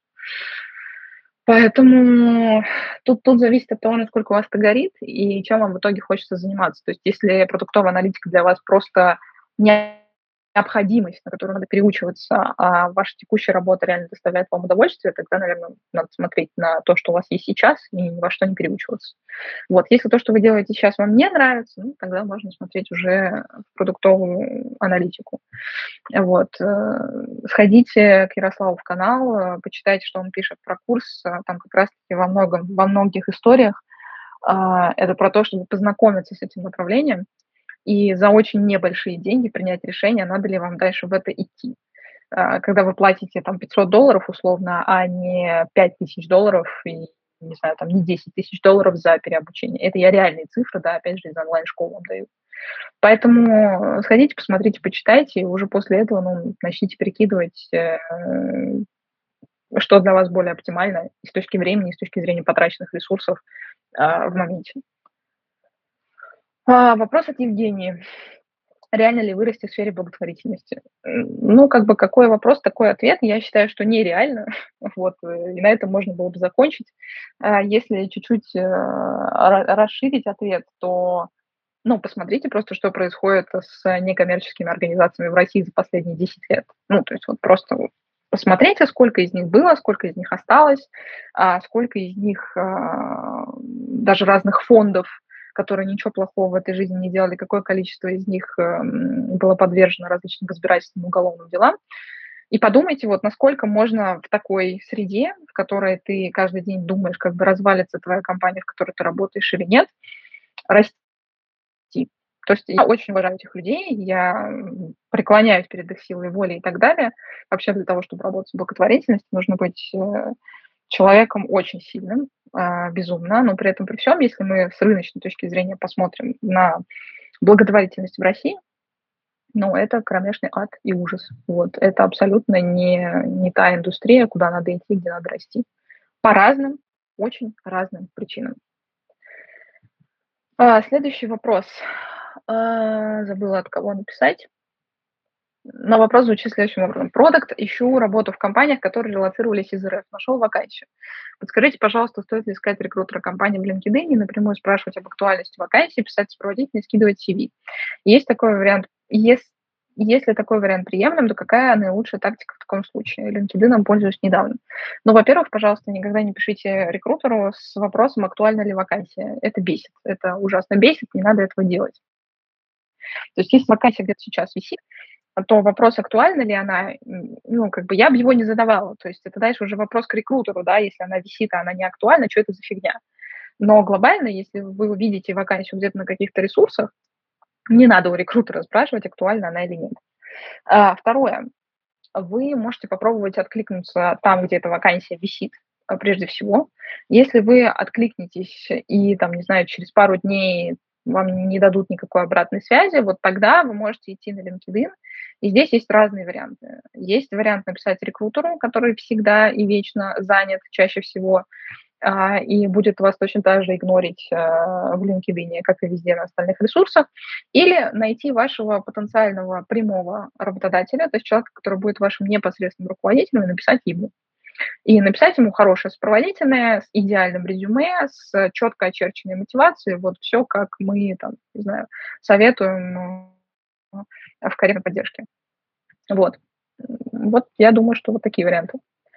Speaker 2: Поэтому тут, тут зависит от того, насколько у вас это горит и чем вам в итоге хочется заниматься. То есть если продуктовая аналитика для вас просто не необходимость, на которую надо переучиваться, а ваша текущая работа реально доставляет вам удовольствие, тогда, наверное, надо смотреть на то, что у вас есть сейчас, и ни во что не переучиваться. Вот. Если то, что вы делаете сейчас, вам не нравится, ну, тогда можно смотреть уже в продуктовую аналитику. Вот. Сходите к Ярославу в канал, почитайте, что он пишет про курс. Там как раз-таки во, многом, во многих историях это про то, чтобы познакомиться с этим направлением, и за очень небольшие деньги принять решение, надо ли вам дальше в это идти. Когда вы платите там пятьсот долларов условно, а не пять тысяч долларов и, не знаю, там не десять тысяч долларов за переобучение. Это я реальные цифры, да, опять же, из онлайн-школы вам даю. Поэтому сходите, посмотрите, почитайте, и уже после этого ну, начните прикидывать, что для вас более оптимально и с точки времени, и с точки зрения потраченных ресурсов в моменте. А, вопрос от Евгении. Реально ли вырасти в сфере благотворительности? Ну, как бы какой вопрос, такой ответ. Я считаю, что нереально. Вот, и на этом можно было бы закончить. Если чуть-чуть расширить ответ, то ну, посмотрите просто, что происходит с некоммерческими организациями в России за последние десять лет. Ну, то есть вот просто посмотрите, сколько из них было, сколько из них осталось, сколько из них даже разных фондов, которые ничего плохого в этой жизни не делали, какое количество из них было подвержено различным разбирательствам, уголовным делам. И подумайте, вот насколько можно в такой среде, в которой ты каждый день думаешь, как бы развалится твоя компания, в которой ты работаешь или нет, расти. То есть я очень уважаю этих людей, я преклоняюсь перед их силой воли и так далее. Вообще для того, чтобы работать в благотворительности, нужно быть человеком очень сильным, безумно, но при этом при всем, если мы с рыночной точки зрения посмотрим на благотворительность в России, ну, это кромешный ад и ужас. Вот. Это абсолютно не, не та индустрия, куда надо идти, где надо расти. По разным, очень разным причинам. А, следующий вопрос. А, забыла, от кого написать. Но вопрос звучит следующим образом. Продакт, ищу работу в компаниях, которые релоцировались из РФ. Нашел вакансию. Подскажите, пожалуйста, стоит ли искать рекрутера компании в LinkedIn и напрямую спрашивать об актуальности вакансии, писать сопроводительно и скидывать си ви? Есть такой вариант. Если, если такой вариант приемлем, то какая наилучшая тактика в таком случае? LinkedIn пользуюсь недавно. Ну, во-первых, пожалуйста, никогда не пишите рекрутеру с вопросом, актуальна ли вакансия. Это бесит. Это ужасно бесит, не надо этого делать. То есть если вакансия где-то сейчас висит, то вопрос, актуальна ли она, ну, как бы я бы его не задавала. То есть это дальше уже вопрос к рекрутеру, да, если она висит, а она не актуальна, что это за фигня. Но глобально, если вы увидите вакансию где-то на каких-то ресурсах, не надо у рекрутера спрашивать, актуальна она или нет. А, второе. Вы можете попробовать откликнуться там, где эта вакансия висит, прежде всего. Если вы откликнетесь и, там, не знаю, через пару дней вам не дадут никакой обратной связи, вот тогда вы можете идти на LinkedIn. И здесь есть разные варианты. Есть вариант написать рекрутеру, который всегда и вечно занят, чаще всего, и будет вас точно так же игнорить в LinkedIn, как и везде на остальных ресурсах, или найти вашего потенциального прямого работодателя, то есть человека, который будет вашим непосредственным руководителем, и написать ему. И написать ему хорошее сопроводительное, с идеальным резюме, с четко очерченной мотивацией, вот все, как мы, там, не знаю, советуем в карьерной поддержке. Вот. Вот я думаю, что вот такие варианты.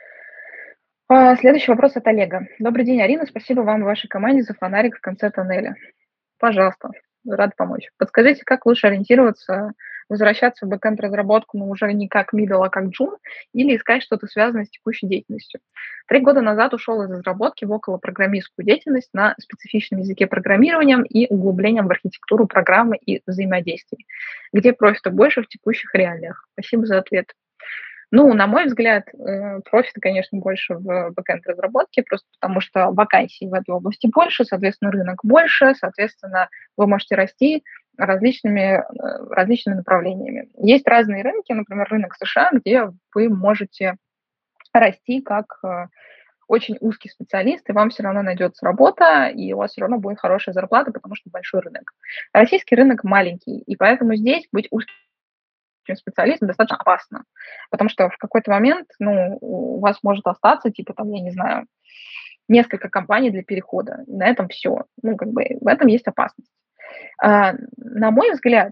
Speaker 2: Следующий вопрос от Олега. Добрый день, Арина. Спасибо вам и вашей команде за фонарик в конце тоннеля. Пожалуйста, рад помочь. Подскажите, как лучше ориентироваться, возвращаться в бэкэнд-разработку, но уже не как middle, а как джун, или искать что-то связанное с текущей деятельностью? Три года назад ушел из разработки в околопрограммистскую деятельность на специфичном языке программирования и углублением в архитектуру программы и взаимодействий. Где профита больше в текущих реалиях? Спасибо за ответ. Ну, на мой взгляд, профита, конечно, больше в бэкэнд-разработке, просто потому что вакансий в этой области больше, соответственно, рынок больше, соответственно, вы можете расти различными, различными направлениями. Есть разные рынки, например, рынок США, где вы можете расти как очень узкий специалист, и вам все равно найдется работа, и у вас все равно будет хорошая зарплата, потому что большой рынок. Российский рынок маленький, и поэтому здесь быть узким специалистом достаточно опасно, потому что в какой-то момент, ну, у вас может остаться, типа, там, я не знаю, несколько компаний для перехода, и на этом все. Ну, как бы в этом есть опасность. А, на мой взгляд,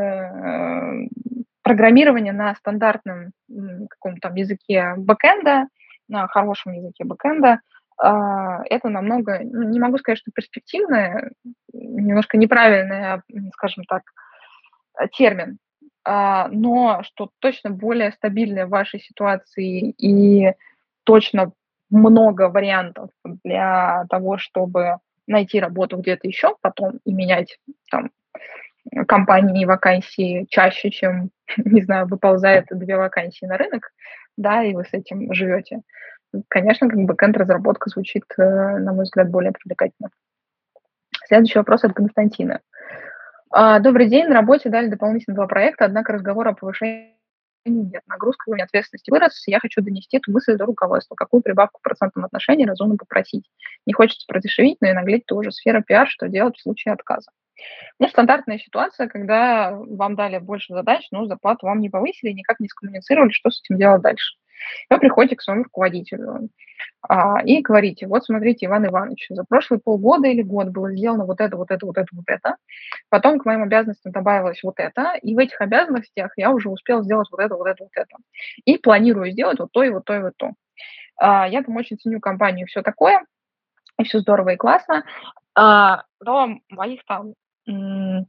Speaker 2: э, программирование на стандартном каком-то там языке бэкэнда, на хорошем языке бэкэнда, а, это намного, ну, не могу сказать, что перспективное, немножко неправильный, скажем так, термин, но что точно более стабильное в вашей ситуации и точно много вариантов для того, чтобы найти работу где-то еще потом и менять там компании и вакансии чаще, чем, не знаю, выползает две вакансии на рынок, да, и вы с этим живете. Конечно, как бы бэкэнд-разработка звучит, на мой взгляд, более привлекательно. Следующий вопрос от Константина. Добрый день, на работе дали дополнительно два проекта, однако разговор о повышении нет. Нагрузка уровня ответственности вырос, я хочу донести эту мысль до руководства. Какую прибавку в процентном отношении разумно попросить? Не хочется продешевить, но и наглеть тоже. Сфера пиар, что делать в случае отказа? Ну, стандартная ситуация, когда вам дали больше задач, но зарплату вам не повысили, никак не скоммуницировали, что с этим делать дальше. Вы приходите к своему руководителю а, и говорите, вот смотрите, Иван Иванович, за прошлые полгода или год было сделано вот это, вот это, вот это, вот это. Потом к моим обязанностям добавилось вот это, и в этих обязанностях я уже успел сделать вот это, вот это, вот это. И планирую сделать вот то, и вот то, и вот то. А, я там очень ценю компанию, все такое, и все здорово и классно, а, но моих там... М-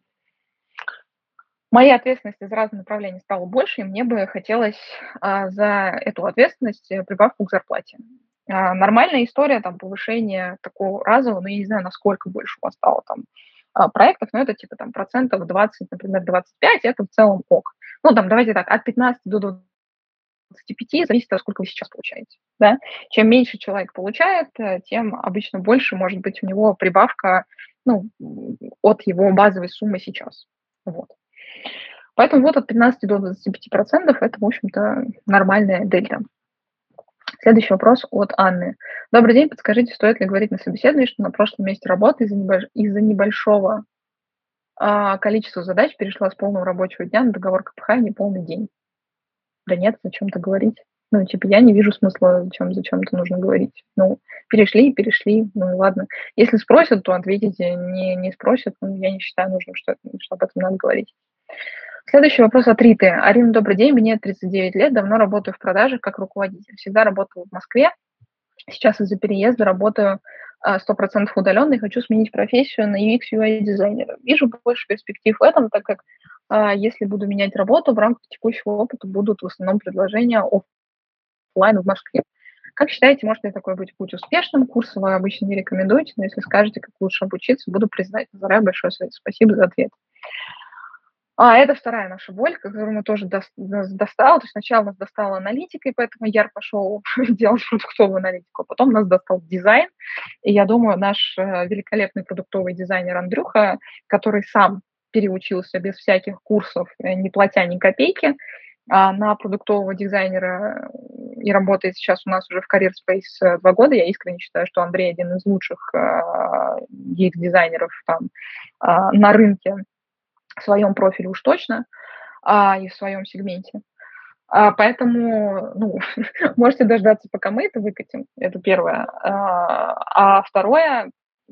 Speaker 2: Моей ответственности за разные направления стало больше, и мне бы хотелось а, за эту ответственность прибавку к зарплате. А, нормальная история, там, повышение такого разового, но я не знаю, насколько больше у вас стало там а, проектов, но это типа там процентов двадцать, например, двадцать пять, это в целом ок. Ну, там, давайте так, от пятнадцати до двадцати пяти зависит от того, сколько вы сейчас получаете. Да? Чем меньше человек получает, тем обычно больше может быть у него прибавка, ну, от его базовой суммы сейчас. Вот. Поэтому вот от тринадцати до двадцати пяти процентов это, в общем-то, нормальная дельта. Следующий вопрос от Анны. Добрый день, подскажите, стоит ли говорить на собеседовании, что на прошлом месте работы из-за небольш... из-за небольшого а, количества задач перешла с полного рабочего дня на договор КПХ и неполный день? Да нет, зачем-то говорить. Ну, типа, я не вижу смысла, зачем, зачем это нужно говорить. Ну, перешли, перешли, ну, ладно. Если спросят, то ответите, не, не спросят, ну, я не считаю нужным, что, что об этом надо говорить. Следующий вопрос от Риты. Арина, добрый день, мне тридцать девять лет, давно работаю в продажах как руководитель. Всегда работала в Москве, сейчас из-за переезда работаю сто процентов удаленно и хочу сменить профессию на ю экс ю ай дизайнера. Вижу больше перспектив в этом, так как а, если буду менять работу, в рамках текущего опыта будут в основном предложения офлайн в Москве. Как считаете, может ли такой быть путь успешным? Курсы вы обычно не рекомендуете, но если скажете, как лучше обучиться, буду признательна. Заранее большое спасибо за ответ. А, это вторая наша боль, которую мы тоже до, нас достала. То есть сначала нас достала аналитика, и поэтому Яр пошел делать продуктовую аналитику, а потом нас достал дизайн. И я думаю, наш э, великолепный продуктовый дизайнер Андрюха, который сам переучился без всяких курсов, э, не платя ни копейки, а на продуктового дизайнера и работает сейчас у нас уже в Career Space два года. Я искренне считаю, что Андрей один из лучших э, ю экс-дизайнеров там, э, на рынке, в своем профиле уж точно, а, и в своем сегменте. А, поэтому, ну, можете дождаться, пока мы это выкатим. Это первое. А, а второе,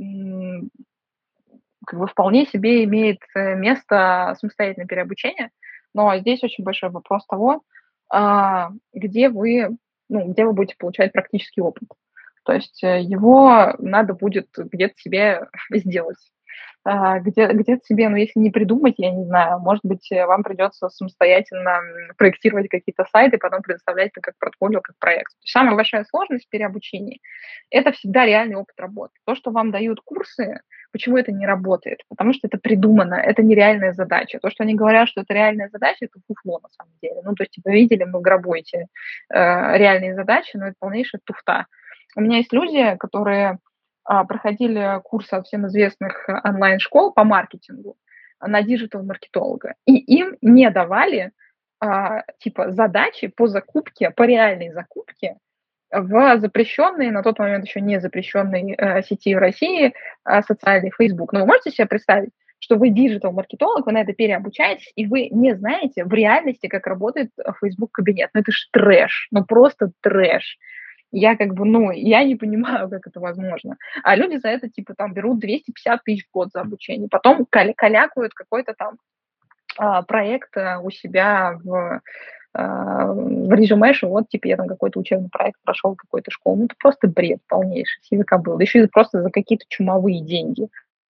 Speaker 2: как бы вполне себе имеет место самостоятельное переобучение, но здесь очень большой вопрос того, а, где вы, ну, где вы будете получать практический опыт. То есть его надо будет где-то себе сделать. Где, где-то себе, ну, если не придумать, я не знаю, может быть, вам придется самостоятельно проектировать какие-то сайты, потом предоставлять это как портфолио, как проект. Самая большая сложность в переобучении – это всегда реальный опыт работы. То, что вам дают курсы, почему это не работает? Потому что это придумано, это нереальная задача. То, что они говорят, что это реальная задача, это фуфло на самом деле. Ну, то есть вы видели, мы в гробу эти э, реальные задачи, но это полнейшая туфта. У меня есть люди, которые проходили курсы от всем известных онлайн-школ по маркетингу на диджитал-маркетолога, и им не давали а, типа задачи по закупке, по реальной закупке в запрещенной, на тот момент еще не запрещенной э, сети в России э, социальной Facebook. Но вы можете себе представить, что вы диджитал-маркетолог, вы на это переобучаетесь, и вы не знаете в реальности, как работает Facebook-кабинет. Ну это ж трэш, ну просто трэш. Я как бы, ну, я не понимаю, как это возможно. А люди за это, типа, там, берут двести пятьдесят тысяч в год за обучение. Потом каля- калякают какой-то там а, проект а, у себя в, а, в резюме, что вот, типа, я там какой-то учебный проект прошел какой-то школу. Ну, это просто бред полнейший, сивика был. Да еще и просто за какие-то чумовые деньги,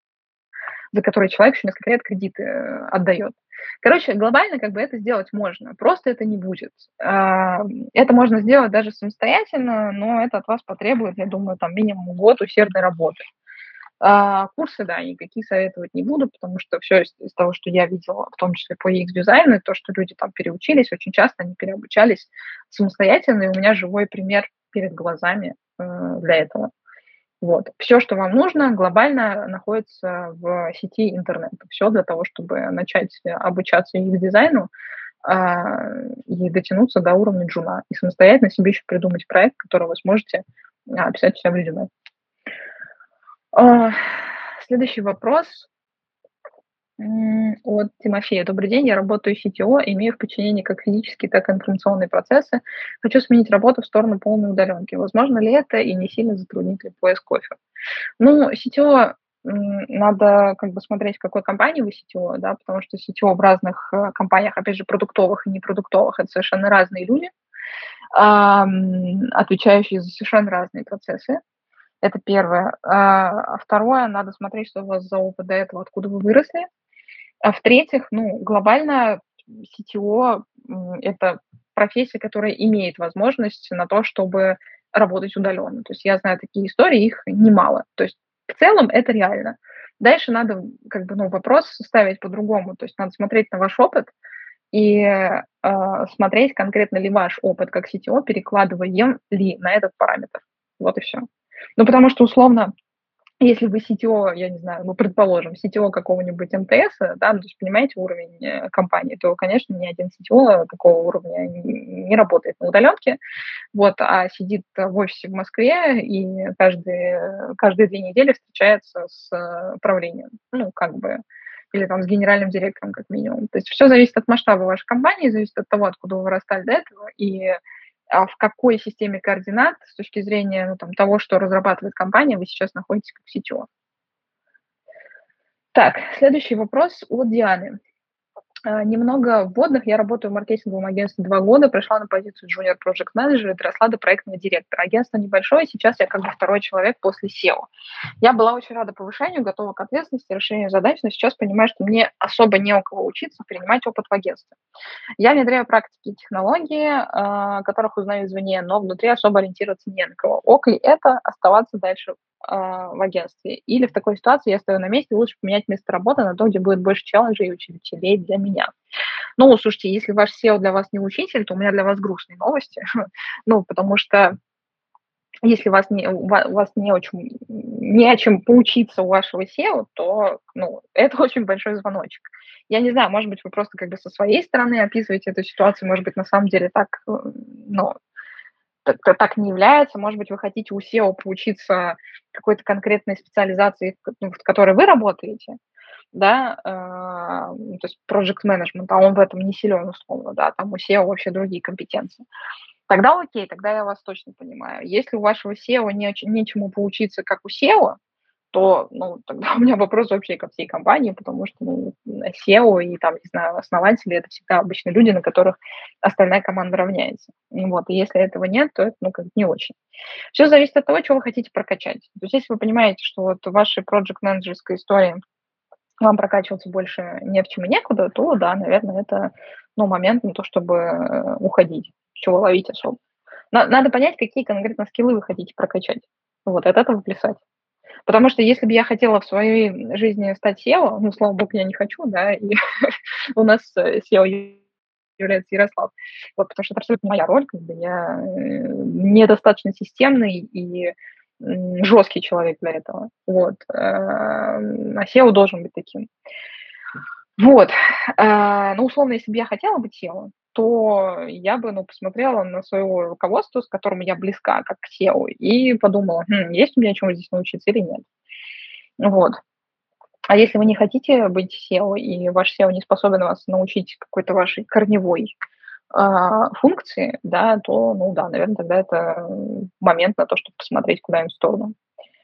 Speaker 2: за которые человек еще несколько лет кредиты э, отдает. Короче, глобально как бы это сделать можно, просто это не будет. Это можно сделать даже самостоятельно, но это от вас потребует, я думаю, там минимум год усердной работы. Курсы, да, никакие советовать не буду, потому что все из, из того, что я видела, в том числе по ю экс-дизайну, то, что люди там переучились, очень часто они переобучались самостоятельно, и у меня живой пример перед глазами для этого. Вот. Все, что вам нужно, глобально находится в сети интернета. Все для того, чтобы начать обучаться ю экс-дизайну а, и дотянуться до уровня джуна. И самостоятельно себе еще придумать проект, который вы сможете а, описать у себя в резюме. А, следующий вопрос от Тимофея. Добрый день, я работаю си ти о, имею в подчинении как физические, так и информационные процессы. Хочу сменить работу в сторону полной удаленки. Возможно ли это и не сильно затруднит ли поиск оффера? Ну, си ти о надо как бы смотреть, в какой компании вы си ти о, да, потому что си ти о в разных компаниях, опять же, продуктовых и непродуктовых, это совершенно разные люди, отвечающие за совершенно разные процессы. Это первое. А второе, надо смотреть, что у вас за опыт до этого, откуда вы выросли. А в-третьих, ну, глобально си ти о – это профессия, которая имеет возможность на то, чтобы работать удаленно. То есть я знаю такие истории, их немало. То есть в целом это реально. Дальше надо как бы, ну, вопрос ставить по-другому. То есть надо смотреть на ваш опыт и э, смотреть, конкретно ли ваш опыт как си ти о перекладываем ли на этот параметр. Вот и все. Ну, потому что, условно, Если вы си ти о, я не знаю, ну, предположим, си ти о какого-нибудь эм тэ эс, да, ну, то есть понимаете уровень э, компании, то, конечно, ни один си ти о такого уровня не, не работает на удаленке, вот, а сидит в офисе в Москве и каждые, каждые две недели встречается с э, правлением, ну, как бы, или там с генеральным директором, как минимум. То есть все зависит от масштаба вашей компании, зависит от того, откуда вы вырастали до этого, и а в какой системе координат с точки зрения ну, там, того, что разрабатывает компания, вы сейчас находитесь как си ти о. Так, следующий вопрос от Дианы. А, Немного вводных. Я работаю в маркетинговом агентстве два года, пришла на позицию junior project manager и доросла до проектного директора. Агентство небольшое, сейчас я как бы второй человек после сео. Я была очень рада повышению, готова к ответственности, решению задач, но сейчас понимаю, что мне особо не у кого учиться, перенимать опыт в агентстве. Я внедряю практики и технологии, а, которых узнаю извне, но внутри особо ориентироваться не на кого. Ок ли это оставаться дальше а, в агентстве? Или в такой ситуации я стою на месте, лучше поменять место работы на то, где будет больше челленджей и учителей для меня. Ну, слушайте, если ваш сео для вас не учитель, то у меня для вас грустные новости. Ну, потому что если вас не, у ва- у вас не, очень, не о чем поучиться у вашего сео, то ну, это очень большой звоночек. Я не знаю, может быть, вы просто как бы со своей стороны описываете эту ситуацию, может быть, на самом деле так, э, ну, так, так так не является, может быть, вы хотите у сео поучиться какой-то конкретной специализации, в ко- ну, в которой вы работаете, да, а, ну, то есть project management, а он в этом не силен, условно, да, там у сео вообще другие компетенции. Тогда окей, тогда я вас точно понимаю. Если у вашего сео не, нечему поучиться, как у сео, то, ну, тогда у меня вопрос вообще ко всей компании, потому что, ну, сео и там, не знаю, основатели– это всегда обычно люди, на которых остальная команда равняется. Ну вот, и если этого нет, то это, ну, как бы не очень. Все зависит от того, чего вы хотите прокачать. То есть если вы понимаете, что вот в вашей проект-менеджерской истории вам прокачиваться больше не в чем и некуда, то да, наверное, это, ну, момент на то, чтобы э, уходить, чего ловить особо. На- Надо понять, какие конкретно скиллы вы хотите прокачать. Вот, от этого плясать. Потому что если бы я хотела в своей жизни стать сео, ну, слава богу, я не хочу, да, и у нас э, сео является Ярослав. Вот, потому что это абсолютно моя роль, как бы я э, недостаточно системный и м, жесткий человек для этого. Вот. э, А сео должен быть таким. Вот. А, Ну, условно, если бы я хотела быть сео, то я бы, ну, посмотрела на своего руководства, с которым я близка, как сео, и подумала, «Хм, есть у меня чему здесь научиться или нет. Вот. А если вы не хотите быть сео, и ваш сео не способен вас научить какой-то вашей корневой а, функции, да, то, ну да, наверное, тогда это м, момент на то, чтобы посмотреть куда-нибудь в сторону.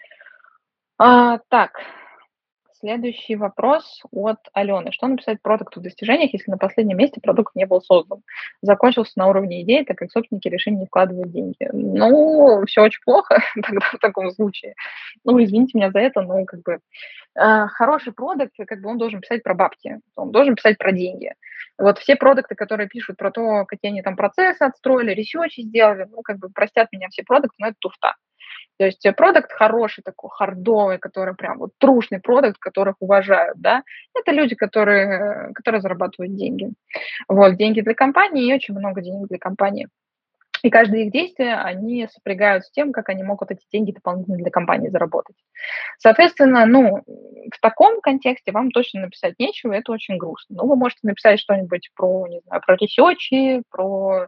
Speaker 2: А, так, следующий вопрос от Алены. Что написать продукту в достижениях, если на последнем месте продукт не был создан? Закончился на уровне идеи, так как собственники решили не вкладывать деньги. Ну, все очень плохо тогда в таком случае. Ну, извините меня за это, но как бы э, хороший продукт, как бы он должен писать про бабки, он должен писать про деньги. Вот все продукты, которые пишут про то, какие они там процессы отстроили, ресерчи сделали, ну, как бы простят меня все продукты, но это туфта. То есть э, продукт хороший такой, хардовый, который прям вот трушный продукт, которых уважают, да, это люди, которые, которые зарабатывают деньги. Вот, деньги для компании и очень много денег для компании. И каждое их действие, они сопрягают с тем, как они могут эти деньги дополнительно для компании заработать. Соответственно, ну, в таком контексте вам точно написать нечего, это очень грустно. Ну, вы можете написать что-нибудь про, не знаю, про ресерчи, про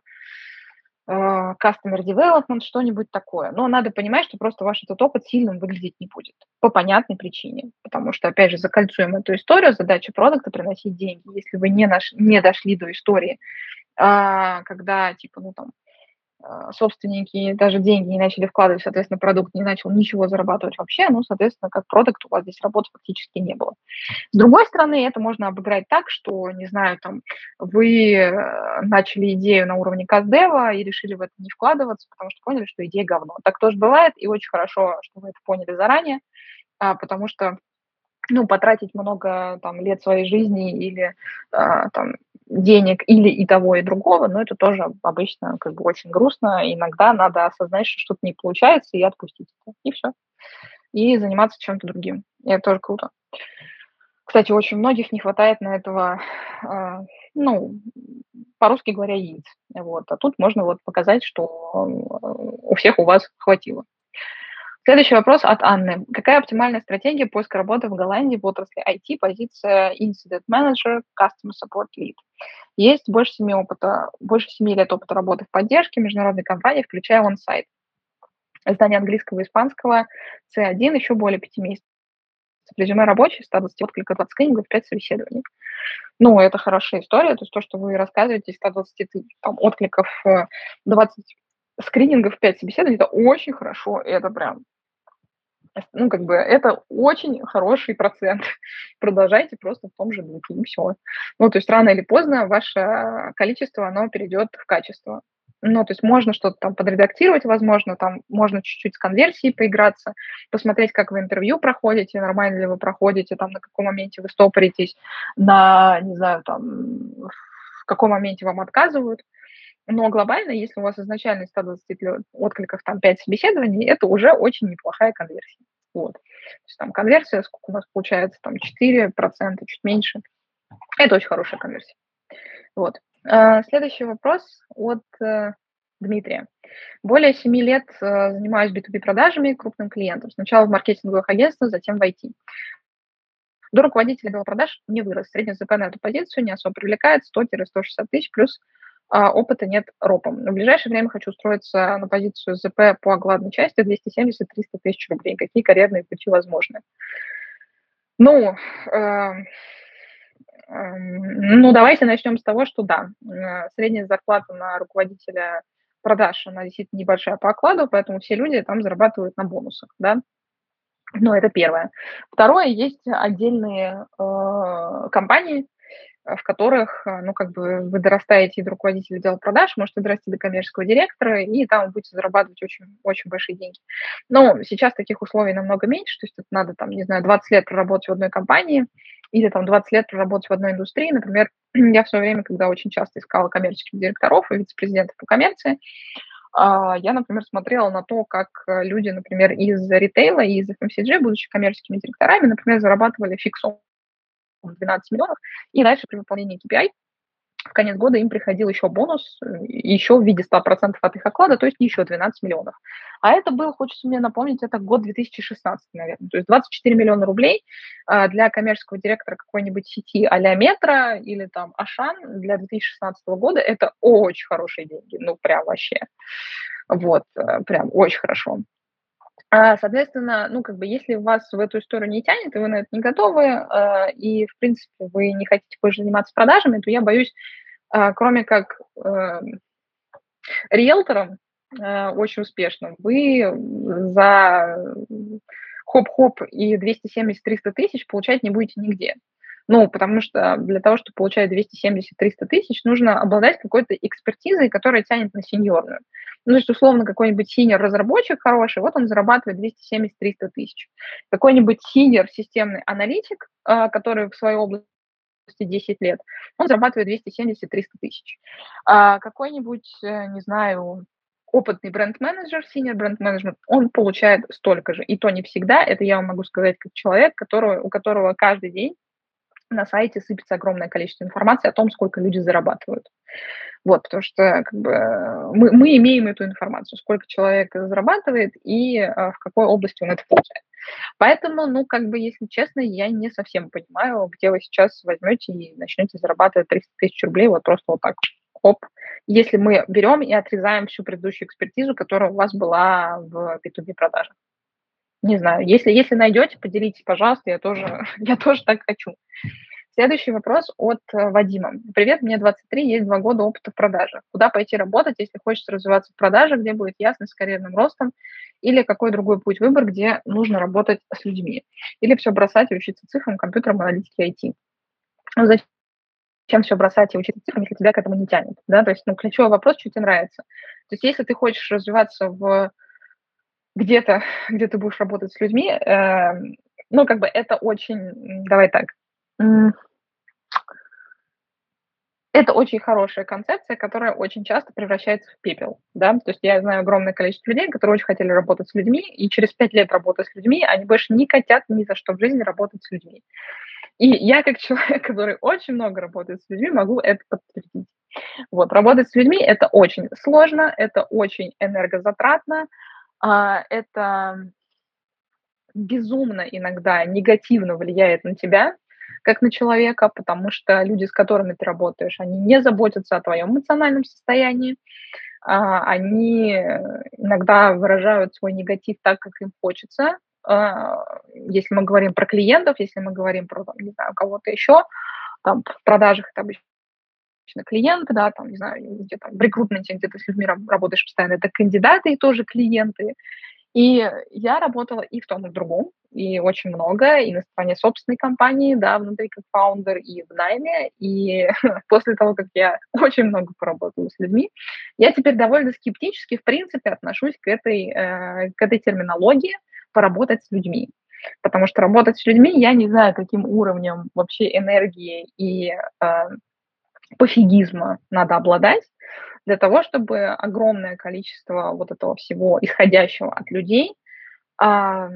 Speaker 2: а, customer development, что-нибудь такое. Но надо понимать, что просто ваш этот опыт сильным выглядеть не будет. По понятной причине. Потому что, опять же, закольцуем эту историю, задача продукта приносить деньги. Если вы не, наш, не дошли до истории, а, когда, типа, ну, там, а, собственники даже деньги не начали вкладывать, соответственно, продукт не начал ничего зарабатывать вообще, ну, соответственно, как продукт у вас здесь работы фактически не было. С другой стороны, это можно обыграть так, что, не знаю, там, вы э, начали идею на уровне каздева и решили в это не вкладываться, потому что поняли, что идея говно. Так тоже бывает, и очень хорошо, что вы это поняли заранее, а, потому что ну, потратить много там, лет своей жизни или а, там, денег или и того, и другого, но это тоже обычно как бы очень грустно. Иногда надо осознать, что что-то не получается, и отпустить это. И все. И заниматься чем-то другим. И это тоже круто. Кстати, очень многих не хватает на этого, а, ну, по-русски говоря, яиц. Вот. А тут можно вот показать, что а, у всех у вас хватило. Следующий вопрос от Анны. Какая оптимальная стратегия поиска работы в Голландии в отрасли ай ти, позиция Incident Manager, Customer Support Lead? Есть больше семи, опыта, больше семи лет опыта работы в поддержке международной компании, включая он-сайт. Знание английского и испанского си один, еще более пяти месяцев. Резюме рабочее, сто двадцать откликов, двадцать скринингов, пять собеседований. Ну, это хорошая история, то есть то, что вы рассказываете, сто двадцать там, откликов, двадцать скринингов, пять собеседований, это очень хорошо, это прям, ну, как бы, это очень хороший процент. Продолжайте просто в том же духе, и все. Ну, то есть рано или поздно ваше количество, оно перейдет в качество. Ну, то есть можно что-то там подредактировать, возможно, там можно чуть-чуть с конверсией поиграться, посмотреть, как вы интервью проходите, нормально ли вы проходите, там, на каком моменте вы стопоритесь, на, не знаю, там, в каком моменте вам отказывают. Но глобально, если у вас изначально из ста двадцати откликов там пять собеседований, это уже очень неплохая конверсия. Вот. То есть там конверсия, сколько у нас получается, там четыре процента, чуть меньше. Это очень хорошая конверсия. Вот. Следующий вопрос от Дмитрия. Более семи лет занимаюсь би ту би продажами крупным клиентам. Сначала в маркетинговых агентствах, затем в ай ти. До руководителя отдела продаж не вырос. Средний ЗП на эту позицию не особо привлекает, сто - сто шестьдесят тысяч, плюс а, опыта нет ропом. Но в ближайшее время хочу устроиться на позицию ЗП по огладной части двести семьдесят - триста тысяч рублей. Какие карьерные пути возможны? Ну, э, Ну, давайте начнем с того, что да, средняя зарплата на руководителя продаж, она действительно небольшая по окладу, поэтому все люди там зарабатывают на бонусах, да. Ну, это первое. Второе, есть отдельные э, компании, в которых, ну, как бы вы дорастаете до руководителя отдела продаж, можете дорасти до коммерческого директора, и там вы будете зарабатывать очень, очень большие деньги. Но сейчас таких условий намного меньше, то есть это надо, там, не знаю, двадцать лет проработать в одной компании или там двадцать лет проработать в одной индустрии. Например, я в свое время, когда очень часто искала коммерческих директоров и вице-президентов по коммерции, я, например, смотрела на то, как люди, например, из ритейла и из эф эм си джи, будучи коммерческими директорами, например, зарабатывали фиксом двенадцать миллионов, и дальше при выполнении кей пи ай в конец года им приходил еще бонус, еще в виде ста процентов от их оклада, то есть еще двенадцать миллионов. А это был, хочется мне напомнить, это год две тысячи шестнадцатый, наверное. То есть двадцать четыре миллиона рублей для коммерческого директора какой-нибудь сети а-ля Метро или там Ашан для две тысячи шестнадцатого года – это очень хорошие деньги, ну прям вообще. Вот, прям очень хорошо. Соответственно, ну, как бы, если вас в эту историю не тянет, и вы на это не готовы, и, в принципе, вы не хотите больше заниматься продажами, то я боюсь, кроме как риэлтором очень успешным, вы за хоп-хоп и двести семьдесят - триста тысяч получать не будете нигде. Ну, потому что для того, чтобы получать двести семьдесят - триста тысяч, нужно обладать какой-то экспертизой, которая тянет на сеньорную. Ну, то есть, условно, какой-нибудь синьор-разработчик хороший, вот он зарабатывает двести семьдесят - триста тысяч. Какой-нибудь синьор-системный аналитик, который в своей области десять лет, он зарабатывает двести семьдесят - триста тысяч. А какой-нибудь, не знаю, опытный бренд-менеджер, синьор бренд-менеджер, он получает столько же. И то не всегда. Это я вам могу сказать как человек, который, у которого каждый день на сайте сыпется огромное количество информации о том, сколько люди зарабатывают. Вот, потому что как бы, мы, мы имеем эту информацию, сколько человек зарабатывает и а, в какой области он это получает. Поэтому, ну, как бы, если честно, я не совсем понимаю, где вы сейчас возьмете и начнете зарабатывать триста тысяч рублей вот просто вот так, оп, если мы берем и отрезаем всю предыдущую экспертизу, которая у вас была в би ту би продажах. Не знаю, если, если найдете, поделитесь, пожалуйста, я тоже, я тоже так хочу. Следующий вопрос от Вадима. Привет, мне двадцать три, есть два года опыта в продажах. Куда пойти работать, если хочется развиваться в продажах, где будет ясность с карьерным ростом, или какой другой путь выбор, где нужно работать с людьми? Или все бросать и учиться цифрам, компьютерам, аналитике, ай ти? Ну, зачем все бросать и учиться цифрам, если тебя к этому не тянет? Да? То есть, ну, ключевой вопрос, что тебе нравится. То есть если ты хочешь развиваться в где-то, где ты будешь работать с людьми, э, ну, как бы это очень, давай так, это очень хорошая концепция, которая очень часто превращается в пепел, да, то есть я знаю огромное количество людей, которые очень хотели работать с людьми, и через пять лет работы с людьми они больше не хотят ни за что в жизни работать с людьми. И я, как человек, который очень много работает с людьми, могу это подтвердить. Вот, работать с людьми – это очень сложно, это очень энергозатратно, это безумно иногда негативно влияет на тебя, как на человека, потому что люди, с которыми ты работаешь, они не заботятся о твоем эмоциональном состоянии, а, они иногда выражают свой негатив так, как им хочется. А, если мы говорим про клиентов, если мы говорим про, там, не знаю, кого-то еще, там, в продажах это обычно клиенты, да, там, не знаю, где там в рекрутменте, где ты с людьми раб- работаешь постоянно, это кандидаты и тоже клиенты. И я работала и в том, и в другом, и очень много, и на стороне собственной компании, да, внутри как фаундер, и в найме. И после того, как я очень много поработала с людьми, я теперь довольно скептически, в принципе, отношусь к этой, э, к этой терминологии поработать с людьми. Потому что работать с людьми, я не знаю, каким уровнем вообще энергии и э, пофигизма надо обладать для того, чтобы огромное количество вот этого всего исходящего от людей, ам,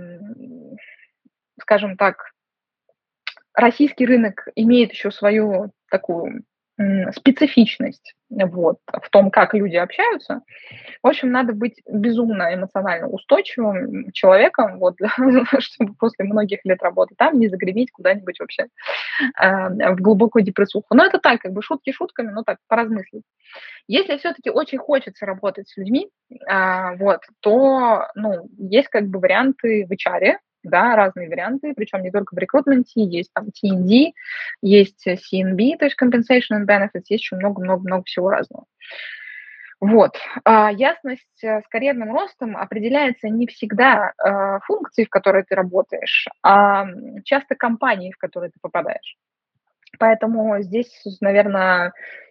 Speaker 2: скажем так, российский рынок имеет еще свою такую м, специфичность вот, в том, как люди общаются. В общем, надо быть безумно эмоционально устойчивым человеком, вот, чтобы после многих лет работы там не загреметь куда-нибудь вообще э, в глубокую депрессуху. Но это так, как бы шутки шутками, но так, поразмыслить. Если все-таки очень хочется работать с людьми, а, вот, то, ну, есть как бы варианты в эйч ар, да, разные варианты, причем не только в рекрутменте, есть там ти эн ди, есть си эн би, то есть Compensation and Benefits, есть еще много-много-много всего разного. Вот. А ясность э, с карьерным ростом определяется не всегда э, функцией, в которой ты работаешь, а м, часто компанией, в которой ты попадаешь. Поэтому здесь, наверное,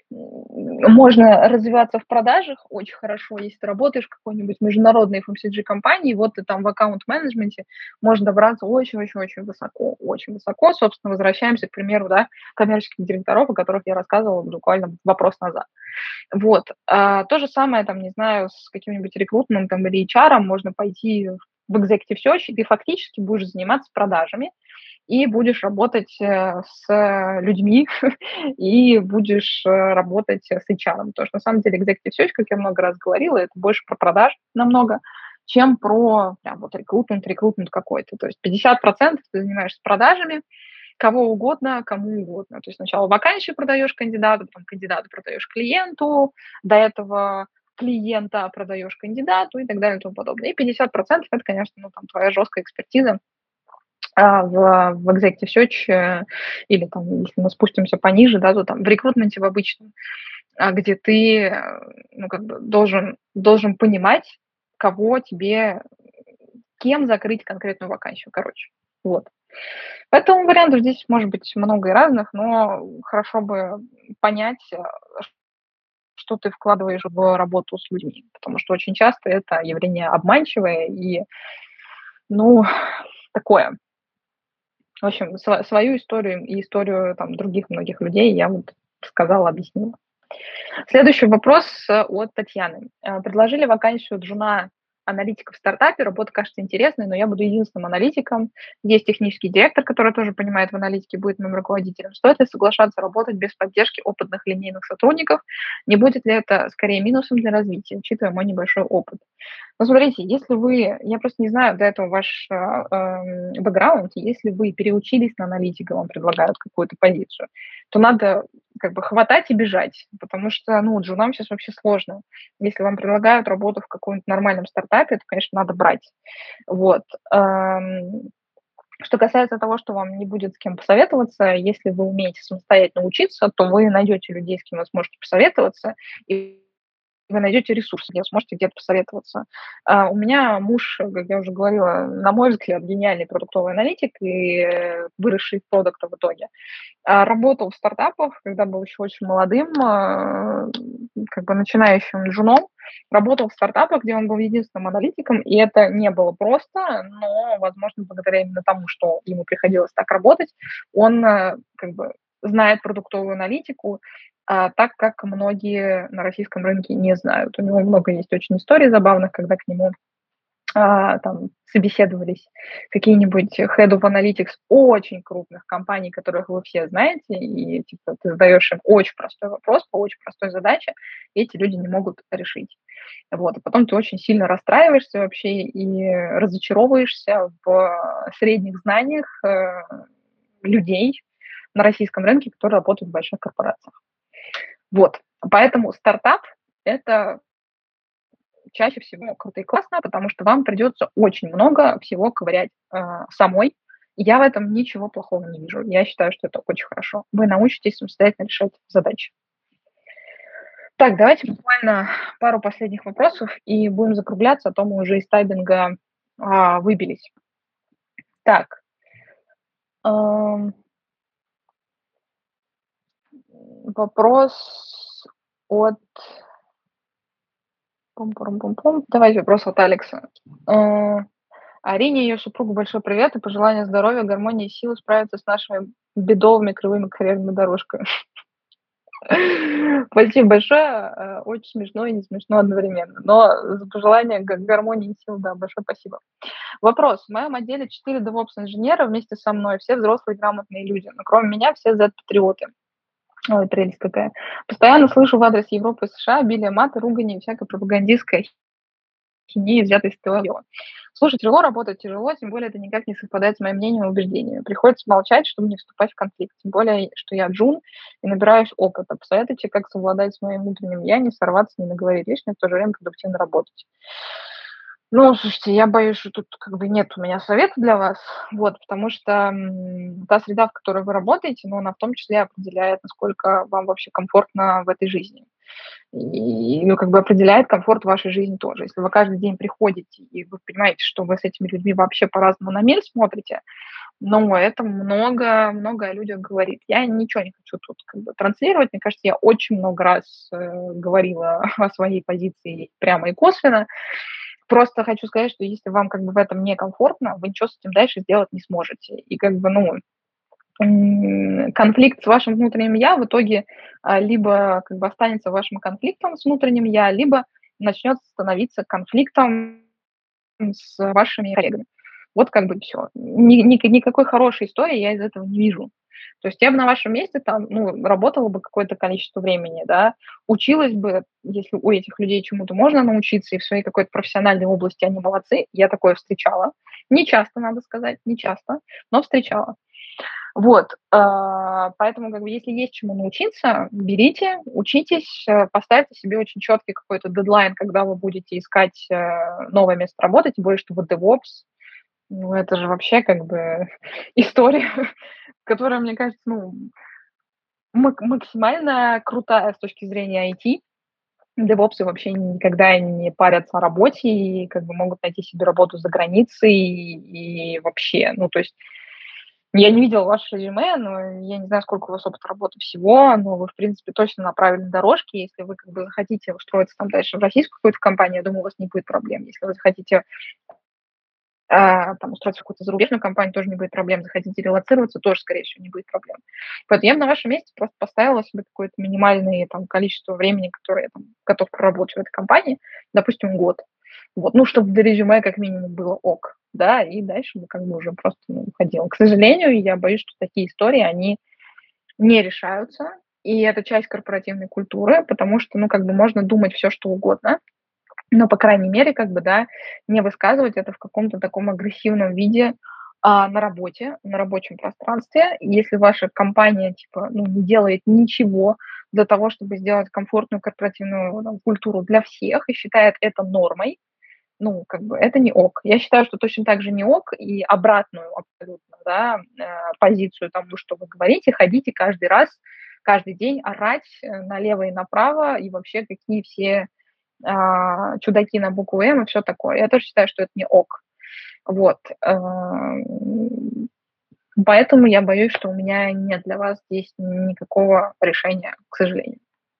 Speaker 2: можно развиваться в продажах очень хорошо, если ты работаешь в какой-нибудь международной эф эм си джи-компании, вот ты там в аккаунт-менеджменте, можно добраться очень-очень-очень высоко, очень высоко. Собственно, возвращаемся, к примеру, да, коммерческих директоров, о которых я рассказывала буквально вопрос назад. Вот. А, то же самое, там, не знаю, с каким-нибудь рекрутментом или эйч ар можно пойти в executive search, и ты фактически будешь заниматься продажами, и будешь работать э, с людьми и будешь э, работать с эйч ар. Потому что на самом деле executive search, как я много раз говорила, это больше про продаж намного, чем про прям вот рекрутмент, рекрутмент какой-то. То есть пятьдесят процентов ты занимаешься продажами, кого угодно, кому угодно. То есть сначала вакансию продаешь кандидату, потом кандидату продаешь клиенту, до этого клиента продаешь кандидату и так далее и тому подобное. И пятьдесят процентов это, конечно, ну, там, твоя жесткая экспертиза а, в, в Executive Search, э, или там, если мы спустимся пониже, да, то там в рекрутменте в обычном, а, где ты, э, ну, как бы должен, должен понимать, кого тебе, кем закрыть конкретную вакансию, короче. Вот. Поэтому вариантов здесь может быть много и разных, но хорошо бы понять, э, что ты вкладываешь в работу с людьми, потому что очень часто это явление обманчивое и, ну, такое. В общем, сва- свою историю и историю там, других многих людей я вот сказала, объяснила. Следующий вопрос э, от Татьяны. Э, Предложили вакансию джуна аналитика в стартапе. Работа кажется интересной, но я буду единственным аналитиком. Есть технический директор, который тоже понимает в аналитике, будет моим руководителем. Стоит ли соглашаться работать без поддержки опытных линейных сотрудников? Не будет ли это скорее минусом для развития, учитывая мой небольшой опыт? Ну, смотрите, если вы, я просто не знаю до этого ваш э, эм, бэкграунд, если вы переучились на аналитика, вам предлагают какую-то позицию, то надо как бы хватать и бежать, потому что, ну, джунам сейчас вообще сложно. Если вам предлагают работу в каком-нибудь нормальном стартапе, то, конечно, надо брать. Вот. Эм, Что касается того, что вам не будет с кем посоветоваться, если вы умеете самостоятельно учиться, то вы найдете людей, с кем вы сможете посоветоваться, и вы найдете ресурсы, где вы сможете где-то посоветоваться. А, у меня муж, как я уже говорила, на мой взгляд, гениальный продуктовый аналитик и э, выросший в продукта в итоге. А, работал в стартапах, когда был еще очень молодым, а, как бы начинающим джуном. Работал в стартапах, где он был единственным аналитиком, и это не было просто, но, возможно, благодаря именно тому, что ему приходилось так работать, он э, как бы знает продуктовую аналитику, а, так как многие на российском рынке не знают. У него много есть очень историй забавных, когда к нему а, там собеседовались какие-нибудь Head of Analytics очень крупных компаний, которых вы все знаете, и типа ты задаешь им очень простой вопрос по очень простой задаче, и эти люди не могут это решить. Вот, и потом ты очень сильно расстраиваешься вообще и разочаровываешься в средних знаниях э, людей на российском рынке, которые работают в больших корпорациях. Вот, поэтому стартап– это чаще всего круто и классно, потому что вам придется очень много всего ковырять э, самой. Я в этом ничего плохого не вижу. Я считаю, что это очень хорошо. Вы научитесь самостоятельно решать задачи. Так, давайте буквально пару последних вопросов и будем закругляться, а то мы уже из тайбинга а, выбились. Так. Эм, вопрос от... Пум-пум-пум-пум. Давайте вопрос от Алекса. Э, Арине и ее супругу большой привет и пожелания здоровья, гармонии и силы справиться с нашими бедовыми кривыми карьерными дорожками. Спасибо большое. э, Очень смешно и не смешно одновременно. Но за пожелание га- гармонии и сил, да, большое спасибо. Вопрос. В моем отделе четыре DevOps-инженера вместе со мной, все взрослые грамотные люди, но кроме меня все Z-патриоты. Ой, прелесть какая. Постоянно слышу в адрес Европы и США обилие маты, ругани и всякой пропагандистской хинеи, взятой с Тель-Авива. Слушай, тяжело работать, тяжело, тем более это никак не совпадает с моим мнением и убеждениями. Приходится молчать, чтобы не вступать в конфликт. Тем более, что я джун и набираюсь опыта. Посоветуйте, как совладать с моим внутренним я, не сорваться, не наговорить лишнего, в то же время продуктивно работать. Ну, слушайте, я боюсь, что тут как бы нет у меня совета для вас, вот, потому что м, та среда, в которой вы работаете, ну, она в том числе определяет, насколько вам вообще комфортно в этой жизни. И, ну, как бы определяет комфорт вашей жизни тоже. Если вы каждый день приходите, и вы понимаете, что вы с этими людьми вообще по-разному на мир смотрите, ну, это много, много о людях говорит. Я ничего не хочу тут как бы транслировать. Мне кажется, я очень много раз э, говорила о своей позиции прямо и косвенно. Просто хочу сказать, что если вам как бы в этом некомфортно, вы ничего с этим дальше сделать не сможете. И как бы, ну, м, конфликт с вашим внутренним я в итоге а, либо как бы останется вашим конфликтом с внутренним я, либо начнет становиться конфликтом с вашими коллегами. Вот как бы все. Ни, ни- никакой хорошей истории я из этого не вижу. То есть я бы на вашем месте там, ну, работала бы какое-то количество времени, да, училась бы, если у этих людей чему-то можно научиться, и в своей какой-то профессиональной области они молодцы, я такое встречала. Не часто, надо сказать, не часто, но встречала. Вот, а, поэтому, как бы, если есть чему научиться, берите, учитесь, э, поставьте себе очень четкий какой-то дедлайн, когда вы будете искать э, новое место работы, тем более, что вы DevOps, ну, это же вообще как бы история, которая, мне кажется, ну, мак- максимально крутая с точки зрения ай ти. Девопсы вообще никогда не парятся о работе и как бы могут найти себе работу за границей и, и вообще, ну, то есть я не видела ваше резюме, но я не знаю, сколько у вас опыта работы всего, но вы, в принципе, точно на правильной дорожке. Если вы как бы захотите устроиться там дальше в российскую какую-то компанию, я думаю, у вас не будет проблем. Если вы захотите а, там, устроиться в какую-то зарубежную компанию, тоже не будет проблем. Захотите релацироваться, тоже, скорее всего, не будет проблем. Поэтому я бы на вашем месте просто поставила себе какое-то минимальное там, количество времени, которое я там, готов проработать в этой компании, допустим, год. Вот, ну, чтобы для резюме как минимум было ок, да, и дальше бы как бы уже просто ну, уходила. К сожалению, я боюсь, что такие истории, они не решаются, и это часть корпоративной культуры, потому что, ну, как бы можно думать все, что угодно, но, по крайней мере, как бы, да, не высказывать это в каком-то таком агрессивном виде а, на работе, на рабочем пространстве. Если ваша компания, типа, ну, не делает ничего для того, чтобы сделать комфортную корпоративную там, культуру для всех и считает это нормой, ну, как бы это не ок. Я считаю, что точно так же не ок и обратную абсолютно, да, э, позицию тому, что вы говорите, ходите каждый раз, каждый день орать э, налево и направо, и вообще какие все а, чудаки на букву М и все такое. Я тоже считаю, что это не ок. Вот. эм, Поэтому я боюсь, что у меня нет для вас здесь никакого решения, к сожалению.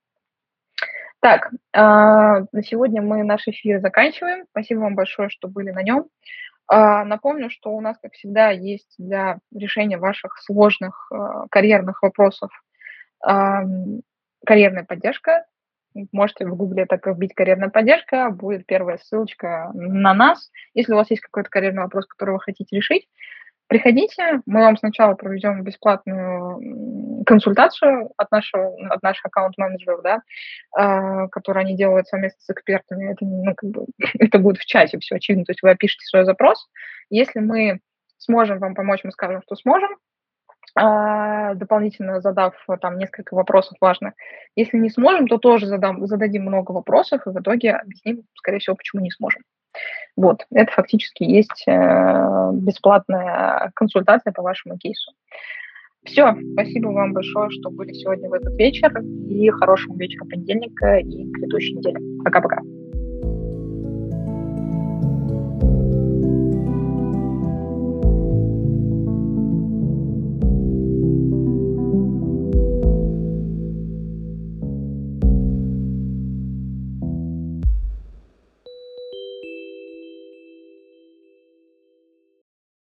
Speaker 2: Так, а, на сегодня мы наш эфир заканчиваем. Спасибо вам большое, что были на нем. А, Напомню, что у нас, как всегда, есть для решения ваших сложных а, карьерных вопросов ам, карьерная поддержка. можете в гугле так вбить «карьерная поддержка», будет первая ссылочка на нас. Если у вас есть какой-то карьерный вопрос, который вы хотите решить, приходите, мы вам сначала проведем бесплатную консультацию от нашего, от наших аккаунт-менеджеров, да, э, которые они делают совместно с экспертами. Это, ну, как бы, это будет в чате все очевидно. То есть вы опишите свой запрос. Если мы сможем вам помочь, мы скажем, что сможем, э, дополнительно задав там несколько вопросов важных. Если не сможем, то тоже задам, зададим много вопросов и в итоге объясним, скорее всего, почему не сможем. Вот, это фактически есть э, бесплатная консультация по вашему кейсу. Все, спасибо вам большое, что были сегодня в этот вечер, и хорошего вечера понедельника и грядущей недели. Пока-пока.